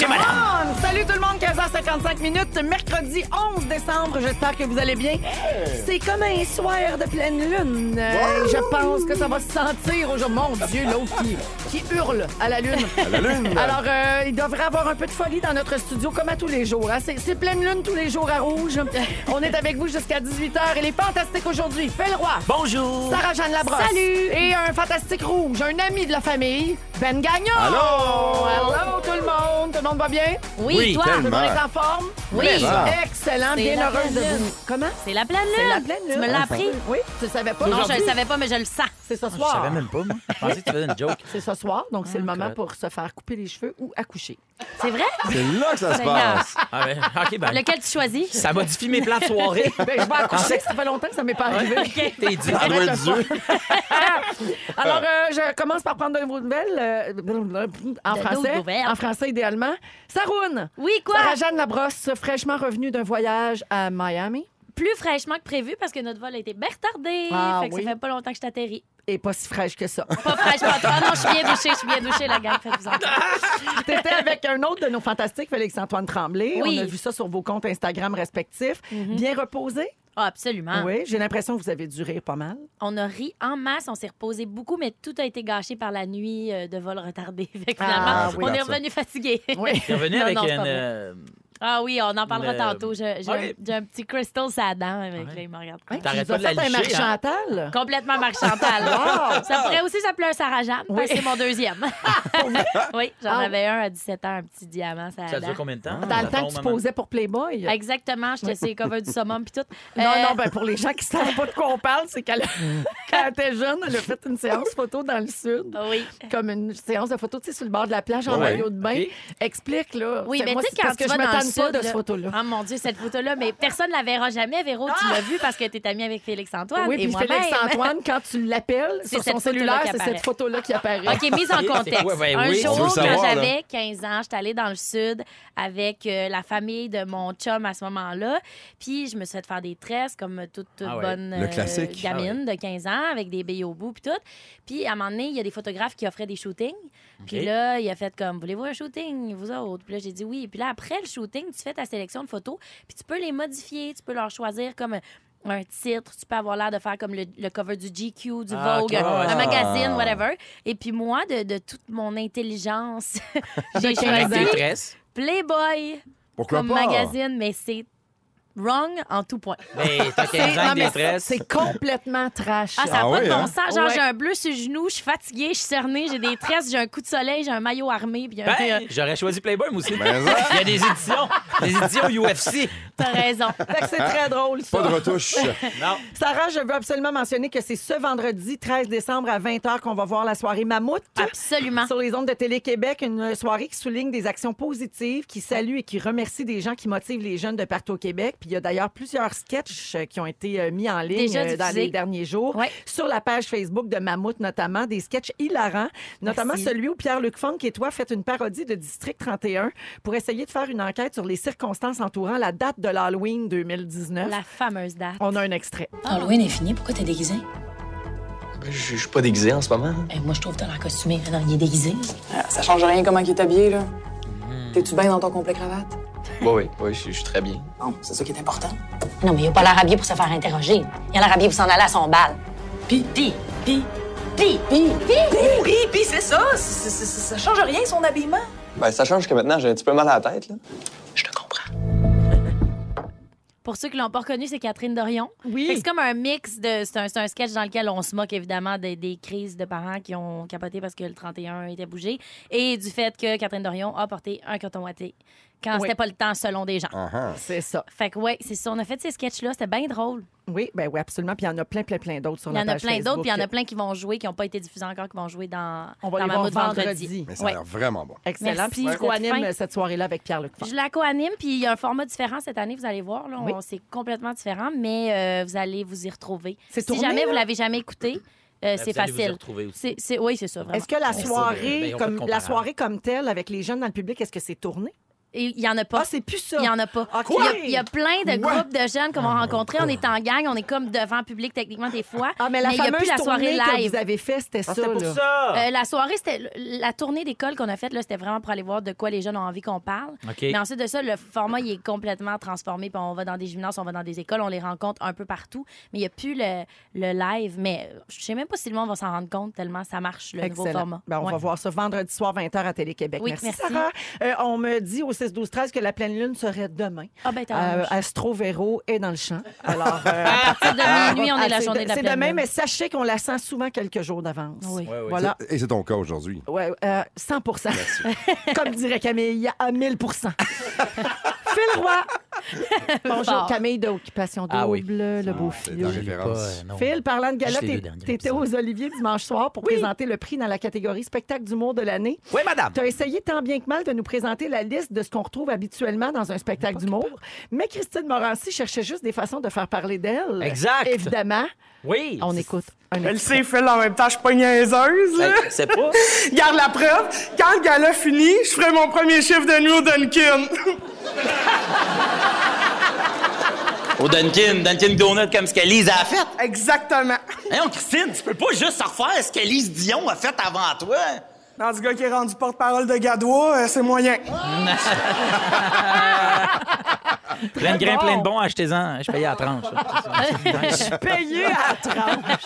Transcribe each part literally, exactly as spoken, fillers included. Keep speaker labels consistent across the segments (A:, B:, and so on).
A: monsieur, madame.
B: Salut tout le monde, quinze heures cinquante-cinq minutes, mercredi onze décembre. J'espère que vous allez bien. C'est comme un soir de pleine lune. Euh, je pense que ça va se sentir aujourd'hui. Mon Dieu, l'autre qui, qui hurle à la lune.
C: À la lune.
B: Alors, euh, il devrait avoir un peu de folie dans notre studio, comme à tous les jours. Hein. C'est, c'est pleine lune tous les jours à Rouge. On est avec vous jusqu'à dix-huit heures. Et les fantastiques aujourd'hui, Phil Roy.
A: Bonjour.
B: Sarah-Jeanne Labrosse. Salut. Et un fantastique rouge, un ami de la famille, Ben Gagnon.
C: Allô.
B: Allô tout le monde. Tout le monde va bien?
D: Oui,
A: Oui,
D: toi.
B: Tout le monde
C: tellement.
B: est en forme?
D: Oui.
C: Ah.
B: Excellent,
D: C'est
B: bien
D: la
B: heureuse de
D: pleine
B: vous.
D: lune.
B: Comment?
D: C'est la pleine
B: C'est
D: lune.
B: la pleine lune.
D: Tu me l'as appris?
B: Oui, tu le savais pas?
D: Non, je
B: Aujourd'hui,
D: le savais pas, mais je le sens.
B: c'est ce
A: Je
B: soir.
A: savais même pas, moi. Je pensais que tu faisais une joke.
B: C'est ce soir, donc c'est le moment
A: correct.
B: pour se faire couper les cheveux ou accoucher.
D: C'est vrai?
C: C'est là que ça se
D: Seigneur.
C: passe.
A: Ah, ben, OK, ben.
D: Lequel tu choisis?
A: Ça modifie mes plans de soirée.
B: Ben, je vais accoucher, ça fait longtemps que ça m'est pas arrivé.
A: T'es dit.
C: Ça doit être dur.
B: Alors, euh, je commence par prendre de vos nouvelles euh, en
D: De
B: français.
D: nos nouvelles.
B: En français, idéalement. Saroune!
D: Oui, quoi?
B: Sarah-Jeanne Labrosse, fraîchement revenue d'un voyage à Miami.
D: Plus fraîchement que prévu parce que notre vol a été bien retardé.
B: Ah,
D: fait que
B: oui.
D: ça fait pas longtemps que je t'atterris.
B: Et pas si fraîche que ça.
D: Pas fraîchement. Ah non, je suis bien douchée, je suis bien douchée, la gang. Faites-vous entendre.
B: T'étais avec un autre de nos fantastiques, Félix-Antoine Tremblay.
D: Oui.
B: On a vu ça sur vos comptes Instagram respectifs. Bien reposé?
D: Ah, absolument.
B: Oui, j'ai l'impression que vous avez dû rire pas mal.
D: On a ri en masse, on s'est reposé beaucoup, mais tout a été gâché par la nuit euh, de vol retardé. Fait que finalement,
B: Ah,
C: oui.
D: on est revenu fatigué.
B: Oui.
A: T'es revenu
D: Non,
A: avec
D: non, c'est
A: une.
D: pas vrai.
A: euh,
D: Ah oui, on en parlera
A: Le-
D: tantôt. J'ai, j'ai,
A: Ok.
D: un, j'ai un petit crystal à dents avec
A: Ouais.
D: là, il me regarde.
B: Hein,
A: T'arrêtes
B: tu nous
A: pas
B: as
A: de la
B: fait un
A: licher, hein?
B: Marc-Chantal?
D: Complètement Marc Chantal.
B: Wow!
D: Ça pourrait aussi s'appeler un Sarah-Jeanne, parce que c'est mon deuxième. oui, j'en
B: Ah.
D: avais un à dix-sept ans, un petit diamant, ça
A: Ça dure combien de temps?
B: Dans le temps que tu posais pour Playboy?
D: Exactement, j'étais sur les covers du summum puis tout.
B: Non,
D: Euh,
B: non, ben pour les gens qui savent pas de quoi on parle, c'est qu'elle, a- quand elle était jeune, elle a fait une séance photo dans le sud.
D: Oui.
B: Comme une séance de photo, tu sais, sur le bord de la plage en
C: Ouais.
B: maillot de bain.
A: OK.
B: Explique, là.
D: Oui,
B: C'est-
D: mais
B: moi,
D: tu sais,
B: c'est
D: quand
B: parce
D: tu
B: que
D: vas
B: je me
D: dans le
B: tanne pas
D: sud,
B: de
D: là-
B: cette photo-là.
D: Oh mon Dieu, cette photo-là, mais personne ne la verra jamais. Véro, tu l'as vue parce que tu es amie avec Félix-Antoine
B: Oui,
D: et
B: puis
D: moi-même.
B: Félix-Antoine, quand tu l'appelles
D: C'est
B: sur
D: cette
B: son
D: photo-là
B: cellulaire,
D: qui
B: c'est
D: apparaît.
B: cette photo-là qui apparaît.
D: OK, mise en
A: C'est
D: contexte.
A: quoi? Ben
D: un
A: oui,
D: jour,
C: on veut
D: quand
C: savoir,
D: j'avais quinze ans, j'étais allée dans le sud avec euh, la famille de mon chum à ce moment-là. Puis je me suis fait faire des tresses comme toute, toute
A: Ah ouais.
D: bonne
C: Le classique.
D: gamine de quinze ans avec des billes au bout puis tout. Puis à un moment donné, il y a des photographes qui offraient des shootings. Puis
A: OK.
D: là, il a fait comme, voulez-vous un shooting, vous autres? Puis là, j'ai dit oui. Puis là, après le shooting, tu fais ta sélection de photos. Puis tu peux les modifier, tu peux leur choisir comme un titre, tu peux avoir l'air de faire comme le, le cover du G Q, du
A: Ah,
D: Vogue,
A: ok, ouais,
D: un
A: ouais.
D: magazine, whatever. Et puis moi, de, de toute mon intelligence, j'ai
B: quinze
A: Avec
D: choisi
A: des tresses.
D: Playboy
C: Pourquoi
D: comme
C: pas?
D: magazine, mais c'est wrong en tout point.
A: Mais t'as
B: C'est-
A: quinze ans
B: non,
A: avec
B: mais
A: des tresses.
B: c'est complètement trash.
D: Ah, ça n'a
C: Ah
D: pas
C: oui,
D: de bon
C: hein?
D: sens. Genre,
B: Ouais.
D: j'ai un bleu sur le genou, je suis fatiguée, je suis cernée, j'ai des tresses, j'ai un coup de soleil, j'ai un maillot armé. Puis un peu,
A: Ben, j'aurais choisi Playboy, moi aussi.
C: Ben, ça.
A: Il y a des éditions. Des éditions U F C.
D: t'as raison.
B: Fait que c'est très drôle, ça.
C: Pas de retouche.
A: Non.
B: Sarah, je veux absolument mentionner que c'est ce vendredi treize décembre à vingt heures qu'on va voir la soirée Mammouth.
D: Absolument.
B: Sur les ondes de Télé-Québec, une soirée qui souligne des actions positives, qui salue et qui remercie des gens qui motivent les jeunes de partout au Québec. Puis il y a d'ailleurs plusieurs sketchs euh, qui ont été euh, mis en ligne
D: Déjà
B: euh, dans
D: diffusés.
B: les derniers jours.
D: Ouais.
B: Sur la page Facebook de Mammouth, notamment, des sketchs hilarants, notamment
D: Merci.
B: celui où Pierre-Luc Funk et toi faites une parodie de District trente et un pour essayer de faire une enquête sur les circonstances entourant la date de l'Halloween deux mille dix-neuf.
D: La fameuse date.
B: On a un extrait.
E: Halloween est fini, pourquoi t'es déguisé?
F: Ben, je je suis pas déguisé en ce moment.
E: Eh, moi, je trouve que t'as l'air costumé. Non, il est déguisé.
G: Ah, ça change rien comment il est habillé, là. T'es-tu bien dans ton complet cravate?
F: Oui, oui, oui, je je suis très bien.
G: Bon, c'est ça qui est important.
E: Non, mais il a pas l'air habillé pour se faire interroger. Il a l'air habillé pour s'en aller à son bal.
G: Pis, pis, pis, pis, pis, pis, pis, pis, c'est ça. C'est- c'est- c'est- Ça change rien, son habillement.
F: Ben, ça change que maintenant, j'ai un petit peu mal à la tête, là.
G: Je te comprends.
D: Pour ceux qui l'ont pas reconnu, c'est Catherine Dorion.
B: Oui.
D: Fait que c'est comme un mix de. C'est un, c'est un sketch dans lequel on se moque évidemment des, des crises de parents qui ont capoté parce que le trente et un était bougé et du fait que Catherine Dorion a porté un coton ouaté quand
B: Oui.
D: c'était pas le temps selon des gens.
C: Uh-huh.
B: C'est ça.
D: Fait que ouais, c'est ça. On a fait ces sketchs-là, c'était bien drôle.
B: Oui, ben oui, absolument. Puis il y en a plein, plein, plein d'autres sur
D: Il y
B: la
D: en a
B: page
D: plein
B: Facebook.
D: d'autres, puis il y en a plein qui vont jouer, qui n'ont pas été diffusés encore, qui vont jouer dans,
B: On va
D: dans
B: les voir
D: Mammouth vendredi.
B: vendredi.
C: Mais ça a
D: Ouais.
C: l'air vraiment bon.
B: Excellent.
D: Merci,
B: Puis
D: vous
B: tu
D: êtes
B: co-animes
D: fin.
B: cette soirée-là avec Pierre-Luc Funk.
D: Je la co-anime, puis il y a un format différent cette année, vous allez voir. Là,
B: Oui.
D: on- c'est complètement différent, mais euh, vous allez vous y retrouver.
B: C'est
D: si
B: tourné,
D: jamais
B: là?
D: vous l'avez jamais écouté, euh, c'est
A: vous allez vous y
D: facile.
A: retrouver aussi.
D: C'est, c'est- oui, c'est ça, vraiment.
B: Est-ce que la
A: Ben,
B: soirée,
A: ils ont pas de
B: comme, la
A: comparable.
B: soirée comme telle, avec les jeunes dans le public, est-ce que c'est tourné?
D: Il y en a pas.
B: Ah, c'est plus ça.
D: Il y en a pas.
B: OK.
D: Il y a, il y a plein de
C: Ouais.
D: groupes de jeunes qu'on va rencontrer. On est en gang, on est comme devant le public techniquement des fois.
B: Ah, mais la
D: il y a
B: fameuse
D: plus la soirée
B: tournée
D: live.
B: que vous avez fait, c'était
A: Ah,
B: ça.
A: c'était pour
B: là.
A: ça.
D: Euh, la soirée, c'était la tournée d'école qu'on a faite. Là, c'était vraiment pour aller voir de quoi les jeunes ont envie qu'on parle.
A: OK.
D: Mais ensuite de ça, le format il est complètement transformé. Puis on va dans des gymnases, on va dans des écoles, on les rencontre un peu partout. Mais il n'y a plus le, le live. Mais je sais même pas si le monde va s'en rendre compte tellement ça marche, le nouveau
B: Excellent.
D: format.
B: Ben, on
D: Ouais.
B: va voir ça vendredi soir, vingt heures à Télé-Québec.
D: Oui,
B: merci,
D: merci.
B: Sarah. Euh, on me dit au six douze treize que la pleine lune serait demain.
D: Ah, ben, t'as
B: Euh,
D: raison.
B: Astro Véro est dans le champ. Alors, euh,
D: À partir de minuit, on est
B: ah,
D: la
B: c'est
D: journée
B: de-
D: de la
B: C'est
D: pleine
B: demain,
D: lune.
B: mais sachez qu'on la sent souvent quelques jours d'avance.
D: Oui.
A: Ouais, ouais.
B: Voilà.
C: Et c'est ton cas aujourd'hui.
B: Ouais, euh, cent pour cent. Comme dirait Camille, à mille pour cent. Phil Roy. Bonjour,
D: Fort.
B: Camille d'Occupation Double,
A: Ah oui.
B: le beau
C: C'est
B: Phil.
C: ta
A: Pas,
C: référence.
A: euh, non.
B: Phil, parlant de gala,
A: Juste les
B: t'es-
A: deux derniers
B: t'étais
A: épisodes.
B: aux Oliviers dimanche soir pour présenter le prix dans la catégorie spectacle d'humour de l'année.
A: Oui, madame.
B: Tu as essayé tant bien que mal de nous présenter la liste de ce qu'on retrouve habituellement dans un spectacle d'humour. Mais Christine Morancy cherchait juste des façons de faire parler d'elle.
A: Exact.
B: Évidemment.
A: Oui.
B: On écoute. Un
H: Elle
B: extrait.
H: sait, Phil, en même temps, je suis pas niaiseuse. là.
F: Hey, c'est pas.
H: Garde la preuve. Quand le gala finit, je ferai mon premier chiffre de nuit au Dunkin.
I: Au Dunkin, Dunkin Donut comme ce qu'Elise a fait.
H: Exactement.
I: Voyons, Christine, tu peux pas juste refaire ce qu'Elise Dion a fait avant toi.
H: Dans ce gars qui est rendu porte-parole de Gadois, euh, c'est moyen.
A: Plein de grains,
B: bon.
A: plein de bons, achetez-en. Je payais à la tranche.
B: Je suis payé à tranche.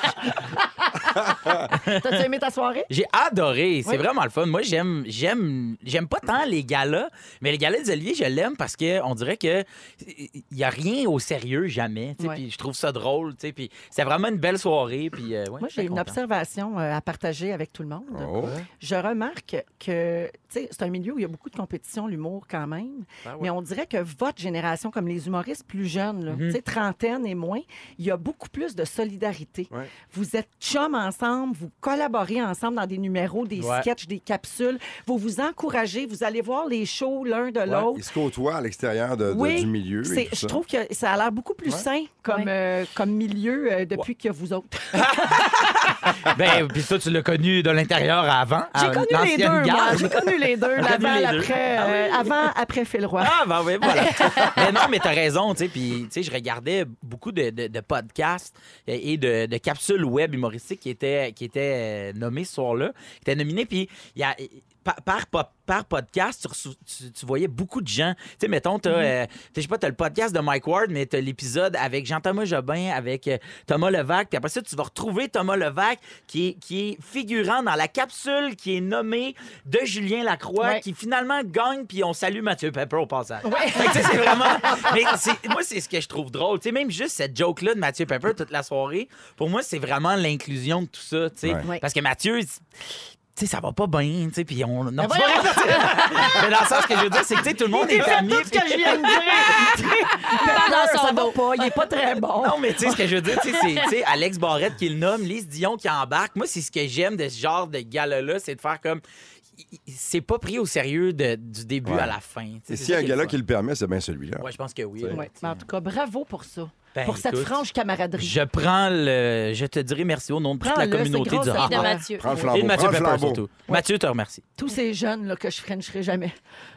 B: T'as-tu aimé ta soirée?
A: J'ai adoré. C'est
B: Oui.
A: vraiment le fun. Moi, j'aime, j'aime, j'aime pas tant les galas, mais les galas des Oliviers, je l'aime parce que on dirait que il y a rien au sérieux jamais. tu sais,
B: Ouais.
A: Puis je trouve ça drôle. tu sais, Puis c'est vraiment une belle soirée. Puis euh, ouais,
B: Moi,
A: je
B: j'ai
A: suis
B: une
A: content.
B: observation euh, à partager avec tout le monde.
C: Oh.
B: Je remarque que, tu sais, c'est un milieu où il y a beaucoup de compétition, l'humour quand même.
A: Ah ouais.
B: Mais on dirait que votre génération, comme les humoristes plus jeunes, là,
A: Mhm.
B: tu sais, trentaine et moins, il y a beaucoup plus de solidarité.
C: Ouais.
B: Vous êtes chums ensemble, vous collaborez ensemble dans des numéros, des
A: Ouais.
B: sketchs, des capsules. Vous vous encouragez, vous allez voir les shows l'un de l'autre.
C: Ils se côtoient à l'extérieur de, de-
B: Oui,
C: du milieu.
B: c'est-
C: et tout
B: je
C: ça.
B: trouve que ça a l'air beaucoup plus
C: Ouais.
B: sain comme,
D: Ouais.
B: euh, comme milieu euh, depuis que vous autres.
A: Ben, puis toi, tu l'as connu de l'intérieur avant.
B: J'ai
A: à
B: connu les
A: l'ancienne
B: deux, moi.
A: garde.
B: J'ai connu les deux,
A: T'as connu
B: l'avant,
A: les deux.
B: l'après,
A: Ah oui.
B: euh, avant, après Phil Roy.
A: Ah, ben oui, voilà. mais non, mais t'as raison, tu sais. Puis, tu sais, je regardais beaucoup de, de- de podcasts et de, de capsules web humoristiques qui étaient, qui étaient euh, nommées ce soir-là, qui étaient nominées. Puis, il y a. Par, par, po- par podcast, tu, reço- tu- tu voyais beaucoup de gens. Tu sais, mettons, t'as, euh, t'as, je sais pas, t'as le podcast de Mike Ward, mais t'as l'épisode avec Jean-Thomas Jobin, avec euh, Thomas Levac. Puis après ça, tu vas retrouver Thomas Levac qui est, qui est figurant dans la capsule qui est nommée de Julien Lacroix,
B: Ouais.
A: qui finalement gagne, puis on salue Mathieu Pepper au passage. Fait que, tu sais, c'est vraiment... Mais c'est- moi, c'est ce que je trouve drôle. Tu sais, même juste cette joke-là de Mathieu Pepper toute la soirée, pour moi, c'est vraiment l'inclusion de tout ça. tu sais.
C: Ouais.
B: Ouais.
A: Parce que Mathieu... Tu sais, ça va pas bien, tu sais, puis on... Non,
B: Mais
A: c'est pas vrai. Mais dans le sens que je veux dire, c'est que, tu sais, tout le monde est ami.
B: tout ce que je viens de dire.
D: Dans son
B: ça va
D: dos.
B: pas, il est pas très bon.
A: Non, mais tu sais, ce que je veux dire, tu sais, c'est tu sais, Alex Barrette qui le nomme, Lise Dion qui embarque. Moi, c'est ce que j'aime de ce genre de gala-là, c'est de faire comme... C'est pas pris au sérieux de- du début
C: Ouais.
A: à la fin. tu sais,
C: Et
A: c'est
C: s'il y a
A: ça
C: un
A: qui est
C: gars-là
A: le
C: qui
A: fun.
C: le permet, c'est bien celui-là.
A: Ouais, je pense que oui.
C: Ouais.
B: Ouais. Mais en tout cas, bravo pour ça.
A: Ben,
B: pour cette
A: écoute,
B: franche camaraderie.
A: Je prends le... Je te dirais merci au nom de toute la
B: Prends-le, c'est
A: communauté
B: gros,
A: du
B: ça.
A: rap.
D: Et de
B: Ouais.
D: Mathieu.
C: Prends le flambeau.
A: Et de Mathieu
C: prends le
A: Pepper,
C: flambeau.
A: surtout. Mathieu, te remercie.
B: Tous ces jeunes là, que je frencherai jamais.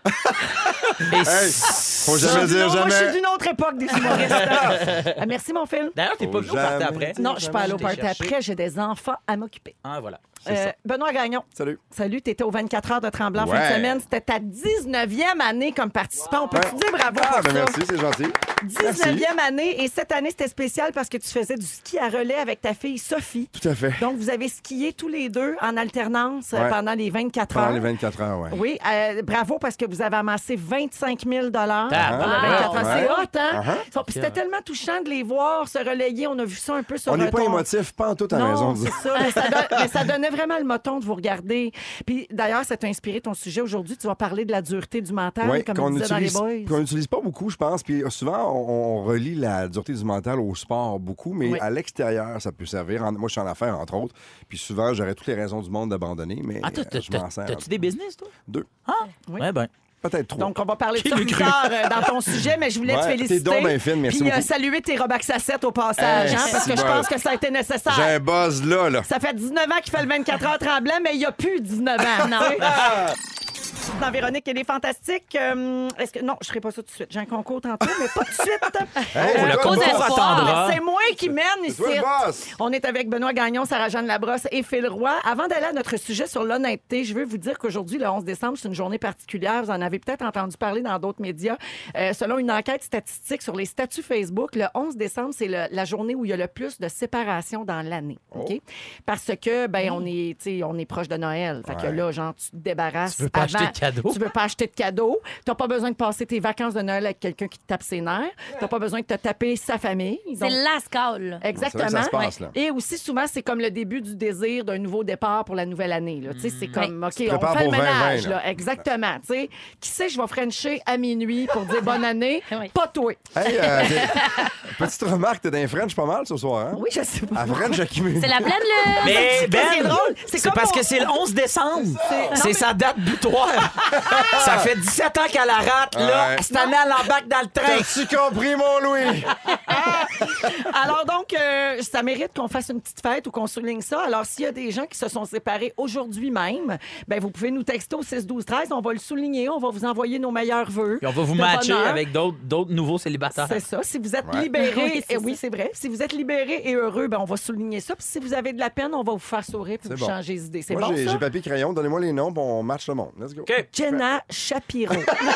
A: Et
C: Hey,
A: s-
C: faut jamais dire
B: Non, moi, je suis
C: jamais.
B: d'une autre époque des humoristes. Ah, merci, mon Phil.
A: D'ailleurs, t'es pas
C: Faut
A: venu au party
C: jamais
A: après?
C: dire
B: Non, je suis pas allée au
A: Je t'ai
B: party
A: cherché.
B: après. J'ai des enfants à m'occuper.
A: Ah, voilà.
C: C'est
B: Euh,
C: ça.
B: Benoît Gagnon.
C: Salut.
B: Salut, tu étais au vingt-quatre heures de Tremblant en fin
C: Ouais.
B: de semaine. C'était ta dix-neuvième année comme participant. On peut te
C: Ouais.
B: dire bravo
C: Ah,
B: pour
C: ben
B: ça.
C: merci, c'est gentil.
B: dix-neuvième année. Et cette année, c'était spécial parce que tu faisais du ski à relais avec ta fille Sophie.
C: Tout à fait.
B: Donc, vous avez skié tous les deux en alternance euh,
C: Ouais.
B: pendant les vingt-quatre
C: Pendant
B: heures.
C: les vingt-quatre heures, ouais.
B: Oui, euh, bravo parce que vous avez amassé vingt-cinq mille dollars
A: Ah,
B: pour le
A: ah,
B: vingt-quatre heures.
C: ouais.
B: C'est hot, hein?
C: Uh-huh.
B: So, puis c'était tellement touchant de les voir se relayer. On a vu ça un peu sur
C: On
B: le
C: n'est pas
B: ton.
C: émotif, pas en tout à la
B: Non,
C: maison.
B: c'est ça. Mais ça, don- mais ça donnait vraiment le moton de vous regarder. Puis d'ailleurs, ça t'a inspiré ton sujet aujourd'hui. Tu vas parler de la dureté du mental,
C: Oui,
B: comme
C: qu'on
B: on disait
C: utilise,
B: dans les
C: qu'on
B: boys.
C: n'utilise pas beaucoup, je pense. Puis souvent, on, on relie la dureté du mental au sport beaucoup, mais
B: Oui.
C: à l'extérieur, ça peut servir. En- moi, je suis en affaires, entre autres. Puis souvent, j'aurais toutes les raisons du monde d'abandonner, mais
A: Ah, toi,
C: euh,
A: t'as-
C: je m'en
A: t'as-
C: sers.
A: t'as-tu des business, toi?
C: Deux.
A: Ah,
B: Oui.
A: ouais, ben.
C: Peut-être trois.
B: Donc, on va parler de
A: Qui
B: ça
A: l'eût
B: plus
A: cru?
B: tard euh, dans ton sujet, mais je voulais te
C: Ouais,
B: féliciter.
C: t'es donc bien fine, merci
B: Puis euh,
C: beaucoup.
B: saluer tes Robax à sept au passage,
C: Hey,
B: hein, parce que je
C: c'est
B: pense
C: bon.
B: que ça a été nécessaire.
C: J'ai un buzz là, là.
B: Ça fait dix-neuf ans qu'il fait le vingt-quatre heures tremblant, mais il n'y a plus dix-neuf ans. Non. dans Véronique et les Fantastiques. Euh, est-ce que... Non, je ne ferai pas ça tout de suite. J'ai un concours tantôt, mais pas tout de suite.
C: Hey,
A: Oh, le
C: toi,
A: concours
C: boss.
A: attendra.
B: C'est moi qui mène ici.
C: C'est toi le boss.
B: On est avec Benoît Gagnon, Sarah-Jeanne Labrosse et Phil Roy. Avant d'aller à notre sujet sur l'honnêteté, je veux vous dire qu'aujourd'hui, le onze décembre, c'est une journée particulière. Vous en avez peut-être entendu parler dans d'autres médias. Euh, selon une enquête statistique sur les statuts Facebook, le onze décembre, c'est le- la journée où il y a le plus de séparations dans l'année. OK? Parce que, ben, on est, tu sais, on est proche de Noël. Fait que
C: Ouais.
B: là, genre, tu te débarrasses
A: Tu veux pas
B: avant.
A: acheter de cadeaux.
B: Tu veux pas acheter de cadeaux. T'as pas besoin de passer tes vacances de Noël avec quelqu'un qui te tape ses nerfs. T'as pas besoin de te taper sa famille.
D: C'est
B: Donc,
D: la scale.
B: exactement.
C: C'est là que ça se passe, là.
B: Et aussi, souvent, c'est comme le début du désir d'un nouveau départ pour la nouvelle année. Là. Tu sais, C'est comme, OK,
C: te
B: on
C: prépares
B: fait le
C: pour vingt vingt,
B: ménage.
C: là.
B: Là. Exactement. Tu sais, qui sait, je vais frencher à minuit pour dire bonne année.
D: Oui.
B: Pas toi.
C: Hey, euh, des- petite remarque, t'es dans les French pas mal ce soir, hein?
B: Oui, je sais pas.
C: À French, qui me...
D: C'est la pleine lune.
A: Mais Ben,
B: c'est drôle. C'est
A: c'est
B: comme
A: parce
B: on-
A: que c'est le onze décembre.
B: C'est-
A: C'est sa date butoir. Ça fait dix-sept ans qu'elle la rate, là.
C: Ouais.
A: Cette année, elle embarque dans le train.
C: T'as-tu compris, mon Louis?
B: Alors donc, euh, ça mérite qu'on fasse une petite fête ou qu'on souligne ça. Alors, s'il y a des gens qui se sont séparés aujourd'hui même, ben vous pouvez nous texter au six douze treize. On va le souligner. On va vous envoyer nos meilleurs vœux.
A: Puis on va vous
B: de
A: matcher
B: bonheur.
A: avec d'autres d'autres nouveaux célibataires.
B: C'est ça. Si vous êtes
C: Ouais.
B: libérés,
D: Oui, c'est
B: eh oui,
D: ça.
B: c'est vrai. Si vous êtes libérés et heureux, ben on va souligner ça. Puis si vous avez de la peine, on va vous faire sourire puis
C: C'est
B: vous
C: bon.
B: changer les idées. C'est
C: Moi,
B: bon,
C: j'ai
B: ça?
C: j'ai papier crayon. Donnez-moi les noms, puis on match le monde. Let's go.
A: OK.
B: Jenna Shapiro.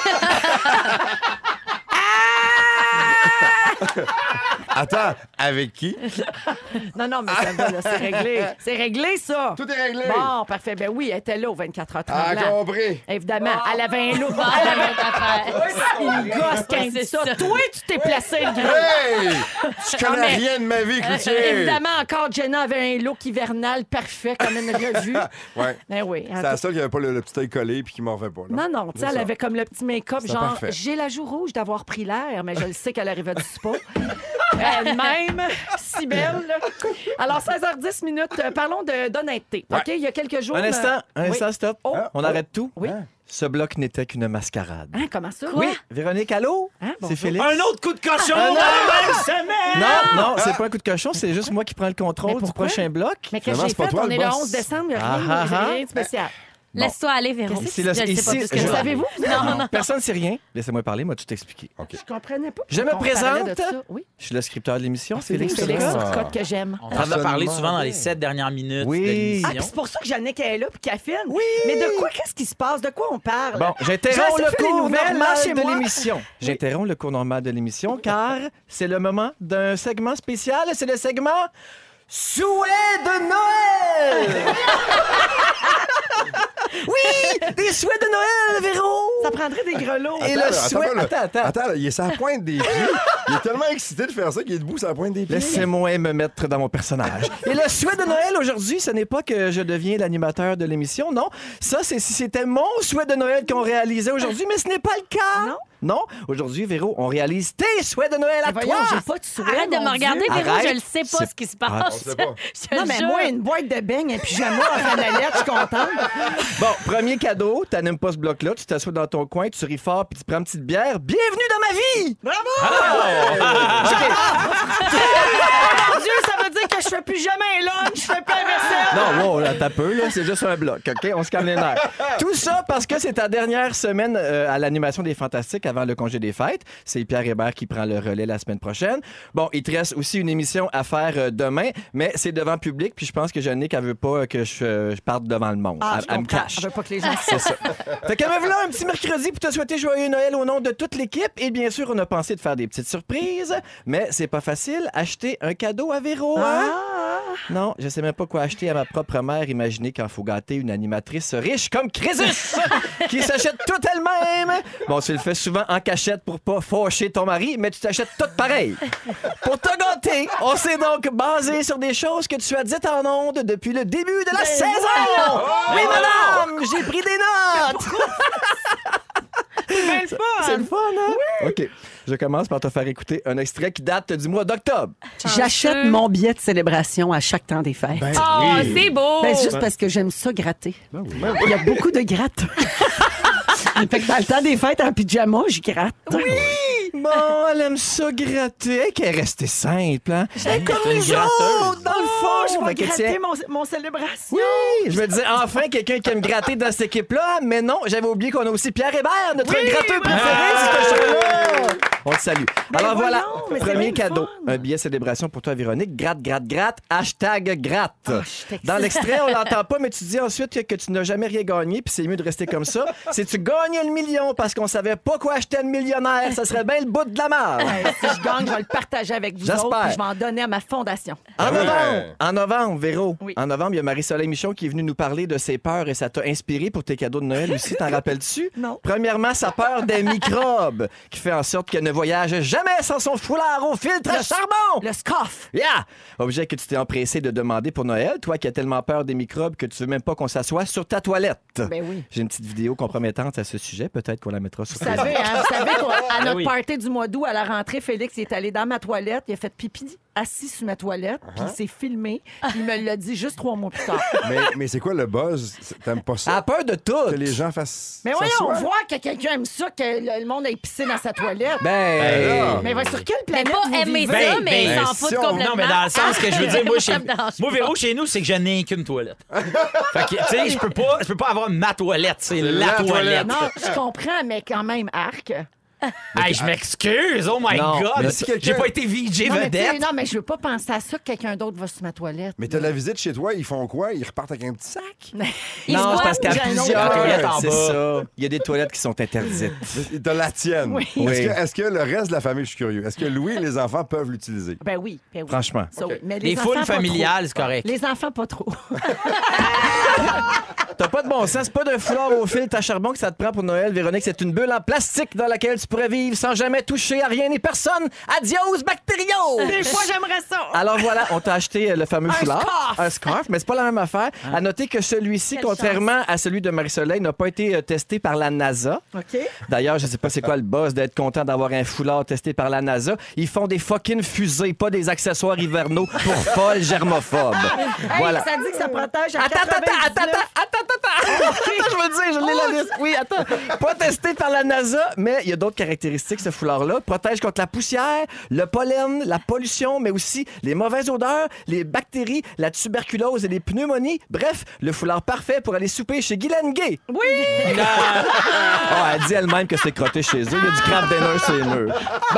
C: Attends, avec qui?
B: non, non, mais ça va, là, c'est réglé. C'est réglé, ça.
C: Tout est réglé.
B: Bon, parfait. Ben oui, elle était là au vingt-quatre heures
C: Ah,
B: tremblant.
C: compris.
B: Évidemment, elle avait un look.
D: Bon, la même affaire.
B: Une gosse qui a
D: Ouais,
B: dit
D: c'est
B: ça.
D: ça.
B: Toi, tu t'es placé, le gros.
C: Hey! Tu connais
B: Ah, mais-
C: rien de ma vie, Cloutier.
B: Évidemment, encore, Jenna avait un look hivernal parfait, comme une revue.
C: Ouais.
B: Ben oui. en
C: C'est la
B: tout-
C: seule qui avait pas le, le petit œil collé puis qui m'en fait pas. Là.
B: Non, non, tu sais,
C: C'est
B: elle
C: ça.
B: avait comme le petit make-up,
C: C'est
B: genre,
C: parfait.
B: j'ai la joue rouge d'avoir pris l'air, mais je le sais qu'elle arrivait du spa. Elle-même, si belle. là. Alors, seize heures dix minutes, euh, parlons de- d'honnêteté.
C: Ouais.
B: OK, il y a quelques jours...
J: Un instant, un
B: euh, oui.
J: instant, stop.
B: Oh.
J: On arrête tout.
B: Oui.
C: Hein?
J: Ce bloc n'était qu'une mascarade.
B: Hein, comment ça?
J: Oui, Véronique, allô?
B: Hein, bonjour.
J: C'est Félix.
A: Un autre coup de cochon
J: Un
A: dans
J: autre-
A: la même semaine!
J: Non, non, c'est pas un coup de cochon, c'est juste moi qui prends le
B: Mais
J: contrôle du
B: pourquoi?
J: prochain bloc.
B: Mais qu'est-ce
C: Finalement,
B: que j'ai
C: c'est pas
B: fait?
C: toi,
B: On
C: le
B: est le
C: boss.
B: onze décembre, il n'y a
J: Ah,
B: rien,
J: ah,
B: j'ai
J: ah.
B: rien de spécial.
D: Laisse-toi aller, Véro.
J: C'est le-
D: Je ne sais
J: ici,
D: pas plus que
J: je-
D: ça.
B: Savez-vous?
D: Non, non.
J: Personne ne sait rien. Laissez-moi parler, moi tout expliquer.
B: Je comprenais pas.
J: Je me
B: qu'on parlait
J: présente.
B: de ça. Oui.
J: Je suis le scripteur de l'émission, Félix.
B: Félix,
J: Turcotte.
B: Turcotte que j'aime.
A: On t'en a parlé
C: Absolument
A: souvent dans les
C: bien.
A: sept dernières minutes
J: Oui.
A: de
B: Ah, puis
A: l'émission.
B: c'est pour ça que Jannick est là puis qu'elle filme.
J: Oui.
B: Mais de quoi, qu'est-ce qui se passe? De quoi on parle?
J: Bon, j'interromps
B: J'ai assez
J: le
B: fait les
J: cours
B: nouvelles,
J: normal de
B: lâchez-moi.
J: l'émission. J'interromps le cours normal de l'émission car c'est le moment d'un segment spécial. C'est le segment Souhait de Noël! Oui! Des souhaits de Noël, Véro!
B: Ça prendrait des grelots.
J: Et le
C: Attends,
J: souhait...
C: attends,
J: Attends, attends.
C: Attends, là, il est sur la pointe des pieds. Il est tellement excité de faire ça qu'il est debout sur la pointe des pieds.
J: Laissez-moi me mettre dans mon personnage. Et le souhait de Noël aujourd'hui, ce n'est pas que je deviens l'animateur de l'émission, non. Ça, c'est si c'était mon souhait de Noël qu'on réalisait aujourd'hui, mais ce n'est pas le cas.
B: Non.
J: Non. Aujourd'hui, Véro, on réalise tes souhaits de Noël à
B: Mais
J: toi.
B: voyons, j'ai pas de souhait,
D: Arrête de
B: mon
D: me regarder,
B: Dieu.
D: Véro,
J: Arrête.
D: je ne sais pas
J: C'est-
D: ce qui se
J: Ah,
D: passe.
C: on sait pas.
D: Je te
B: Non,
D: le
B: mais
D: jure.
B: moi, une boîte de beignes, un pyjama en fanalette, je suis contente.
J: Bon, premier cadeau, t'animes pas ce bloc-là, tu t'assois dans ton coin, tu ris fort puis tu prends une petite bière. Bienvenue dans ma vie!
B: Mon Dieu, ça veut dire que je fais plus jamais un lunch, je fais pas la vaisselle.
J: Non, wow, là, t'as peu, là, c'est juste un bloc, OK? On se calme les nerfs. Tout ça parce que c'est ta dernière semaine euh, à l'animation des Fantastiques avant le congé des fêtes. C'est Pierre Hébert qui prend le relais la semaine prochaine. Bon, il te reste aussi une émission à faire euh, demain, mais c'est devant public, puis je pense que Jannick, elle veut pas que je, euh, je parte devant le monde.
B: Ah,
J: elle,
B: je
J: elle me
B: comprends.
J: cache.
B: Je veux pas que les gens
J: C'est ça. Fait que me voilà un petit mercredi pour te souhaiter joyeux Noël au nom de toute l'équipe. Et bien sûr, on a pensé de faire des petites surprises, mais c'est pas facile. Acheter un cadeau à Véro, hein? Non, je sais même pas quoi acheter à ma propre mère. Imaginez quand faut gâter une animatrice riche comme Crésus, qui s'achète tout elle-même. Bon, tu le fais souvent en cachette pour pas fâcher ton mari, mais tu t'achètes tout pareil. Pour te gâter, on s'est donc basé sur des choses que tu as dites en ondes depuis le début de la saison. Oui, madame, j'ai pris des notes.
B: C'est le fun.
J: C'est le fun, hein? OK. Je commence par te faire écouter un extrait qui date du mois d'octobre.
B: J'achète mon billet de célébration à chaque temps des fêtes. Ben,
D: Oh, c'est beau!
B: juste parce que j'aime ça gratter. Il y a beaucoup de gratte. Fait que dans le temps des fêtes, en pyjama, je gratte. Oui!
J: Bon, elle aime ça gratter. Hey, qu'elle est restée simple, hein?
B: J'ai comme
A: une
B: les
A: gratteuse.
B: autres, dans le fond. Je vais
J: Fait que
B: gratter
J: tiens-
B: mon, mon célébration.
J: Oui, je me disais, enfin, quelqu'un qui aime gratter dans cette équipe-là. Mais non, j'avais oublié qu'on a aussi Pierre Hébert, notre
B: Oui,
J: gratteux
B: bravo!
J: préféré, c'est ce show-là. On te salue.
B: Mais
J: Alors voilà,
B: voyons, mais c'est
J: premier
B: bien
J: cadeau.
B: fun.
J: Un billet célébration pour toi, Véronique. Gratte, gratte, gratte. Hashtag gratte.
B: Oh, je suis excitée.
J: Dans l'extrait, on l'entend pas, mais tu dis ensuite que, que tu n'as jamais rien gagné, puis c'est mieux de rester comme ça. Si tu gagnais le million parce qu'on savait pas quoi acheter à le millionnaire, ça serait bien le bout de la marde.
B: Hey, si je gagne, je vais le partager avec vous
J: J'espère.
B: autres, puis je vais en donner à ma fondation.
J: En
C: Ouais.
J: novembre, en novembre, Véro.
B: Oui.
J: En novembre, il y a Marie-Soleil Michon qui est venue nous parler de ses peurs et ça t'a inspiré pour tes cadeaux de Noël aussi. T'en rappelles-tu?
B: Non.
J: Premièrement, sa peur des microbes qui fait en sorte qu'elle ne voyage jamais sans son foulard au filtre à
B: Le-
J: charbon.
B: Le scoff.
J: Yeah! Objet que tu t'es empressé de demander pour Noël, toi qui as tellement peur des microbes que tu veux même pas qu'on s'assoie sur ta toilette.
B: Ben oui.
J: J'ai une petite vidéo compromettante à ce sujet, peut-être qu'on la mettra sur
B: Vous savez, hein, vous savez qu'à notre
A: oui.
B: party du mois d'août, à la rentrée, Félix il est allé dans ma toilette, il a fait pipi assis sur ma toilette, puis il s'est filmé, puis il me l'a dit juste trois mois plus tard.
C: Mais, mais c'est quoi le buzz? C'est- T'aimes pas
J: Elle a
C: ça?
J: peur de tout.
C: Que les gens fassent.
B: Mais voyons,
C: s'asseoir?
B: on voit que quelqu'un aime ça, que le le monde ait pissé dans sa toilette.
J: Ben,
C: là.
B: Mais va sur quelle
D: Mais
B: planète
D: pas
B: vous
D: aimer
B: vivez?
D: ça,
A: Ben,
D: mais
A: ben,
D: ils s'en
C: si
D: foutent
C: on-
D: complètement.
A: Non, mais dans le sens que je veux dire, moi, chez,
D: Ça me dérange
A: moi
D: pas.
A: Véro, chez nous, c'est que je n'ai qu'une toilette. Fait que, tu sais, je peux pas, je peux pas avoir ma toilette, c'est la,
C: la
A: toilette.
C: toilette.
B: Non, je comprends, mais quand même, arc.
A: Hey, je m'excuse, oh my
J: Non,
A: God.
J: mais
C: si quelqu'un-
A: J'ai pas été V J
B: Non mais, tu sais,
A: vedette.
B: non, mais je veux pas penser à ça que quelqu'un d'autre va sur ma toilette.
C: Mais t'as la visite chez toi, ils font quoi? Ils repartent avec un petit sac?
D: Ils
J: non, c'est parce qu'à
B: J'ai un autre
J: plusieurs,
A: toilette en
J: c'est
A: bas.
J: ça. Il y a des toilettes qui sont interdites.
C: Mais T'as la tienne.
B: Oui.
C: Est-ce
J: Oui.
C: que, est-ce que le reste de la famille, je suis curieux, est-ce que Louis et les enfants peuvent l'utiliser?
B: Ben oui, ben oui.
J: Franchement.
B: Ça, oui. Mais
A: Les
B: enfants,
A: foules
B: pas trop.
A: familiales, c'est correct.
B: Les enfants, pas trop.
J: T'as pas de bon sens, c'est pas d'un foulard au filtre à charbon que ça te prend pour Noël, Véronique. C'est une bulle en plastique dans laquelle tu pourrais vivre sans jamais toucher à rien ni personne. Adios, bactériaux!
B: Des fois, j'aimerais ça.
J: Alors voilà, on t'a acheté euh, le fameux
B: Un
J: foulard.
B: scarf.
J: Un scarf, mais c'est pas la même affaire. À noter que celui-ci,
D: Quelle
J: contrairement à celui de Marie-Soleil, n'a pas été euh, testé par la NASA.
B: OK.
J: D'ailleurs, je sais pas c'est quoi le buzz d'être content d'avoir un foulard testé par la NASA. Ils font des fucking fusées, pas des accessoires hivernaux pour folles germophobes. Voilà.
B: Hey, ça dit que ça protège à
J: Attends, attends, attends, attends, attends, attends, attends, attends, je veux le dire, je l'ai la liste. Oui, attends. Pas testé par la NASA, mais il y a d'autres caractéristiques, ce foulard-là. Protège contre la poussière, le pollen, la pollution, mais aussi les mauvaises odeurs, les bactéries, la tuberculose et les pneumonies. Bref, le foulard parfait pour aller souper chez Guylaine Gay.
B: Oui!
J: Oh, elle dit elle-même que c'est crotté chez eux. Il y a du craft dinner sur les murs.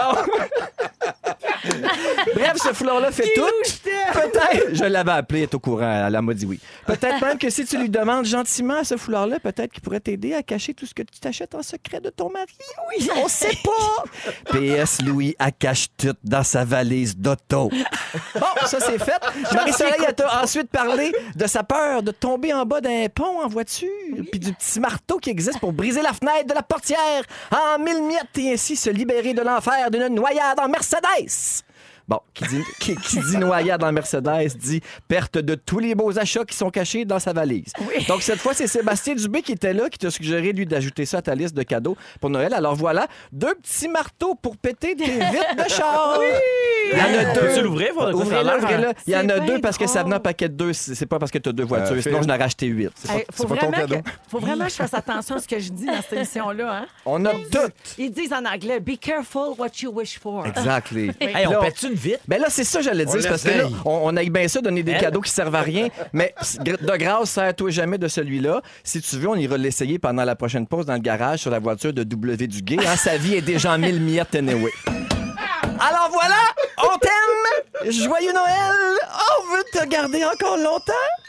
J: Bon. Bref, ce foulard-là fait tout. Peut-être, je l'avais appelé, elle est au courant, elle m'a dit oui. Peut-être même que si tu lui demandes gentiment à ce foulard-là, peut-être qu'il pourrait t'aider à cacher tout ce que tu t'achètes en secret de ton mari. Oui, on sait pas. P S. Louis, elle cache tout dans sa valise d'auto. Bon, ça c'est fait. Marie-Soleil, elle t'a ensuite parlé de sa peur de tomber en bas d'un pont en voiture, puis du petit marteau qui existe pour briser la fenêtre de la portière en mille miettes et ainsi se libérer de l'enfer d'une noyade en Mercedes. Bon, qui dit, qui, qui dit noyade en Mercedes dit perte de tous les beaux achats qui sont cachés dans sa valise.
B: Oui.
J: Donc, cette fois, c'est Sébastien Dubé qui était là, qui t'a suggéré, lui, d'ajouter ça à ta liste de cadeaux pour Noël. Alors voilà, deux petits marteaux pour péter des vitres de char. Oui! Il y en a deux.
A: Peux-tu l'ouvrir? Voir de quoi ça a
J: Ouvrez-le,
A: l'air?
J: ouvrez-le. Il y en
B: C'est
J: a
B: bien
J: deux parce que ça
B: drôle.
J: venait en paquet de deux. C'est c'est pas parce que tu as deux voitures.
C: Euh,
J: Sinon,
C: Phil.
J: j'en ai racheté huit.
B: Hey, faut,
C: c'est pas ton
B: vraiment
C: cadeau.
B: que, faut vraiment que je fasse attention à ce que je dis dans cette émission-là. Hein?
J: On a toutes.
B: Ils disent en anglais, be careful what you wish for.
J: Exactly.
A: Hey, on
J: Là,
A: pète une vite?
J: Ben là, c'est ça, j'allais dire.
C: On
J: C'est parce que là,
C: l'essaye.
J: on, on aille bien ça, donner des
A: Elle?
J: cadeaux qui servent à rien. Mais de grâce, sers-toi jamais de celui-là. Si tu veux, on ira l'essayer pendant la prochaine pause dans le garage sur la voiture de W. Duguay. Hein, sa vie est déjà en mille miettes anyway. Alors voilà, on t'aime. Joyeux Noël. Oh, on veut te garder encore longtemps.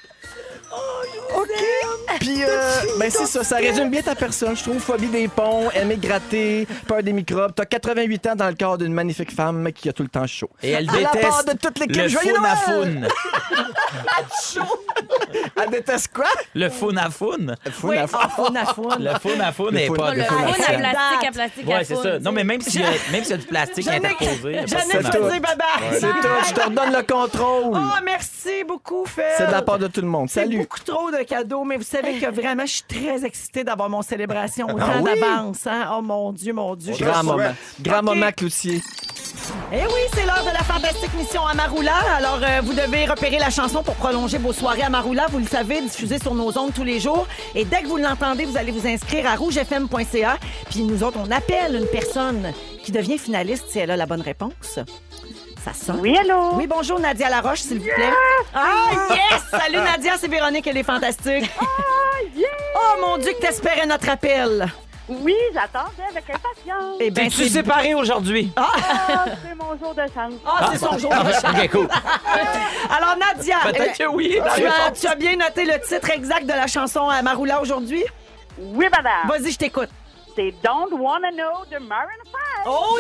J: OK. Puis, euh, ben c'est ça, ça résume bien ta personne, je trouve. Phobie des ponts, aimer gratter, peur des microbes. T'as quatre-vingt-huit ans dans le corps d'une magnifique femme qui a tout le temps chaud.
A: Et elle
J: À la part
A: déteste
J: de toute l'équipe,
A: le
J: joyeux
A: faune à
J: Noël!
A: faune.
J: Elle déteste quoi?
A: Le faune à faune.
J: Fou
B: Oui,
J: la
B: ah, faune à faune.
A: Le faune à faune
J: Le
A: n'est
J: faune-
A: pas
J: le
A: de
J: faune à
D: Faune à
J: faune.
D: plastique à plastique à
A: Ouais, c'est
D: faune,
A: ça.
D: tu
A: Non,
D: sais.
A: mais même s'il y a, même s'il y a du plastique
B: J'en ai-
A: interposé. il y a pas de
B: J'en ai
A: faune à
J: tout.
B: fait
A: faune.
B: bye-bye.
J: C'est tout, je te redonne le contrôle.
B: Oh, merci beaucoup, Phil.
J: C'est de la part de tout le monde.
B: C'est
J: Salut.
B: beaucoup trop de cadeaux, mais vous savez que vraiment, je suis très excitée d'avoir mon célébration autant
J: Ah oui?
B: d'avance. Hein? Oh mon Dieu, mon Dieu.
C: On
J: Grand
C: te
J: moment.
C: souhaite.
J: Grand
B: OK.
J: moment, Cloutier.
B: Eh oui, c'est l'heure de la fantastique mission Amarula. Alors, euh, vous devez repérer la chanson pour prolonger vos soirées Amarula. Vous le savez, diffusée sur nos ondes tous les jours. Et dès que vous l'entendez, vous allez vous inscrire à rougefm point c a. Puis nous autres, on appelle une personne qui devient finaliste si elle a la bonne réponse. Ça sonne.
K: Oui, allô?
B: Oui, bonjour, Nadia Laroche, s'il vous plaît. Ah, yes! Salut, Nadia, c'est Véronique, elle est fantastique.
K: Ah, yes!
B: Oh, mon Dieu, que t'espérais notre appel.
K: Oui, j'attendais avec impatience.
B: Eh ben,
A: T'es-tu
B: c'est-
A: séparé aujourd'hui?
K: Ah, c'est mon jour de chance.
B: Ah, c'est son jour de chance.
A: OK, cool.
B: Alors, Nadia,
A: Peut-être
B: euh,
A: que oui. la
B: tu, as,
A: réponse.
B: tu as bien noté le titre exact de la chanson à Maroula aujourd'hui?
K: Oui, madame.
B: Vas-y, je t'écoute.
K: C'est Don't Wanna Know de Maroon five.
B: Oh,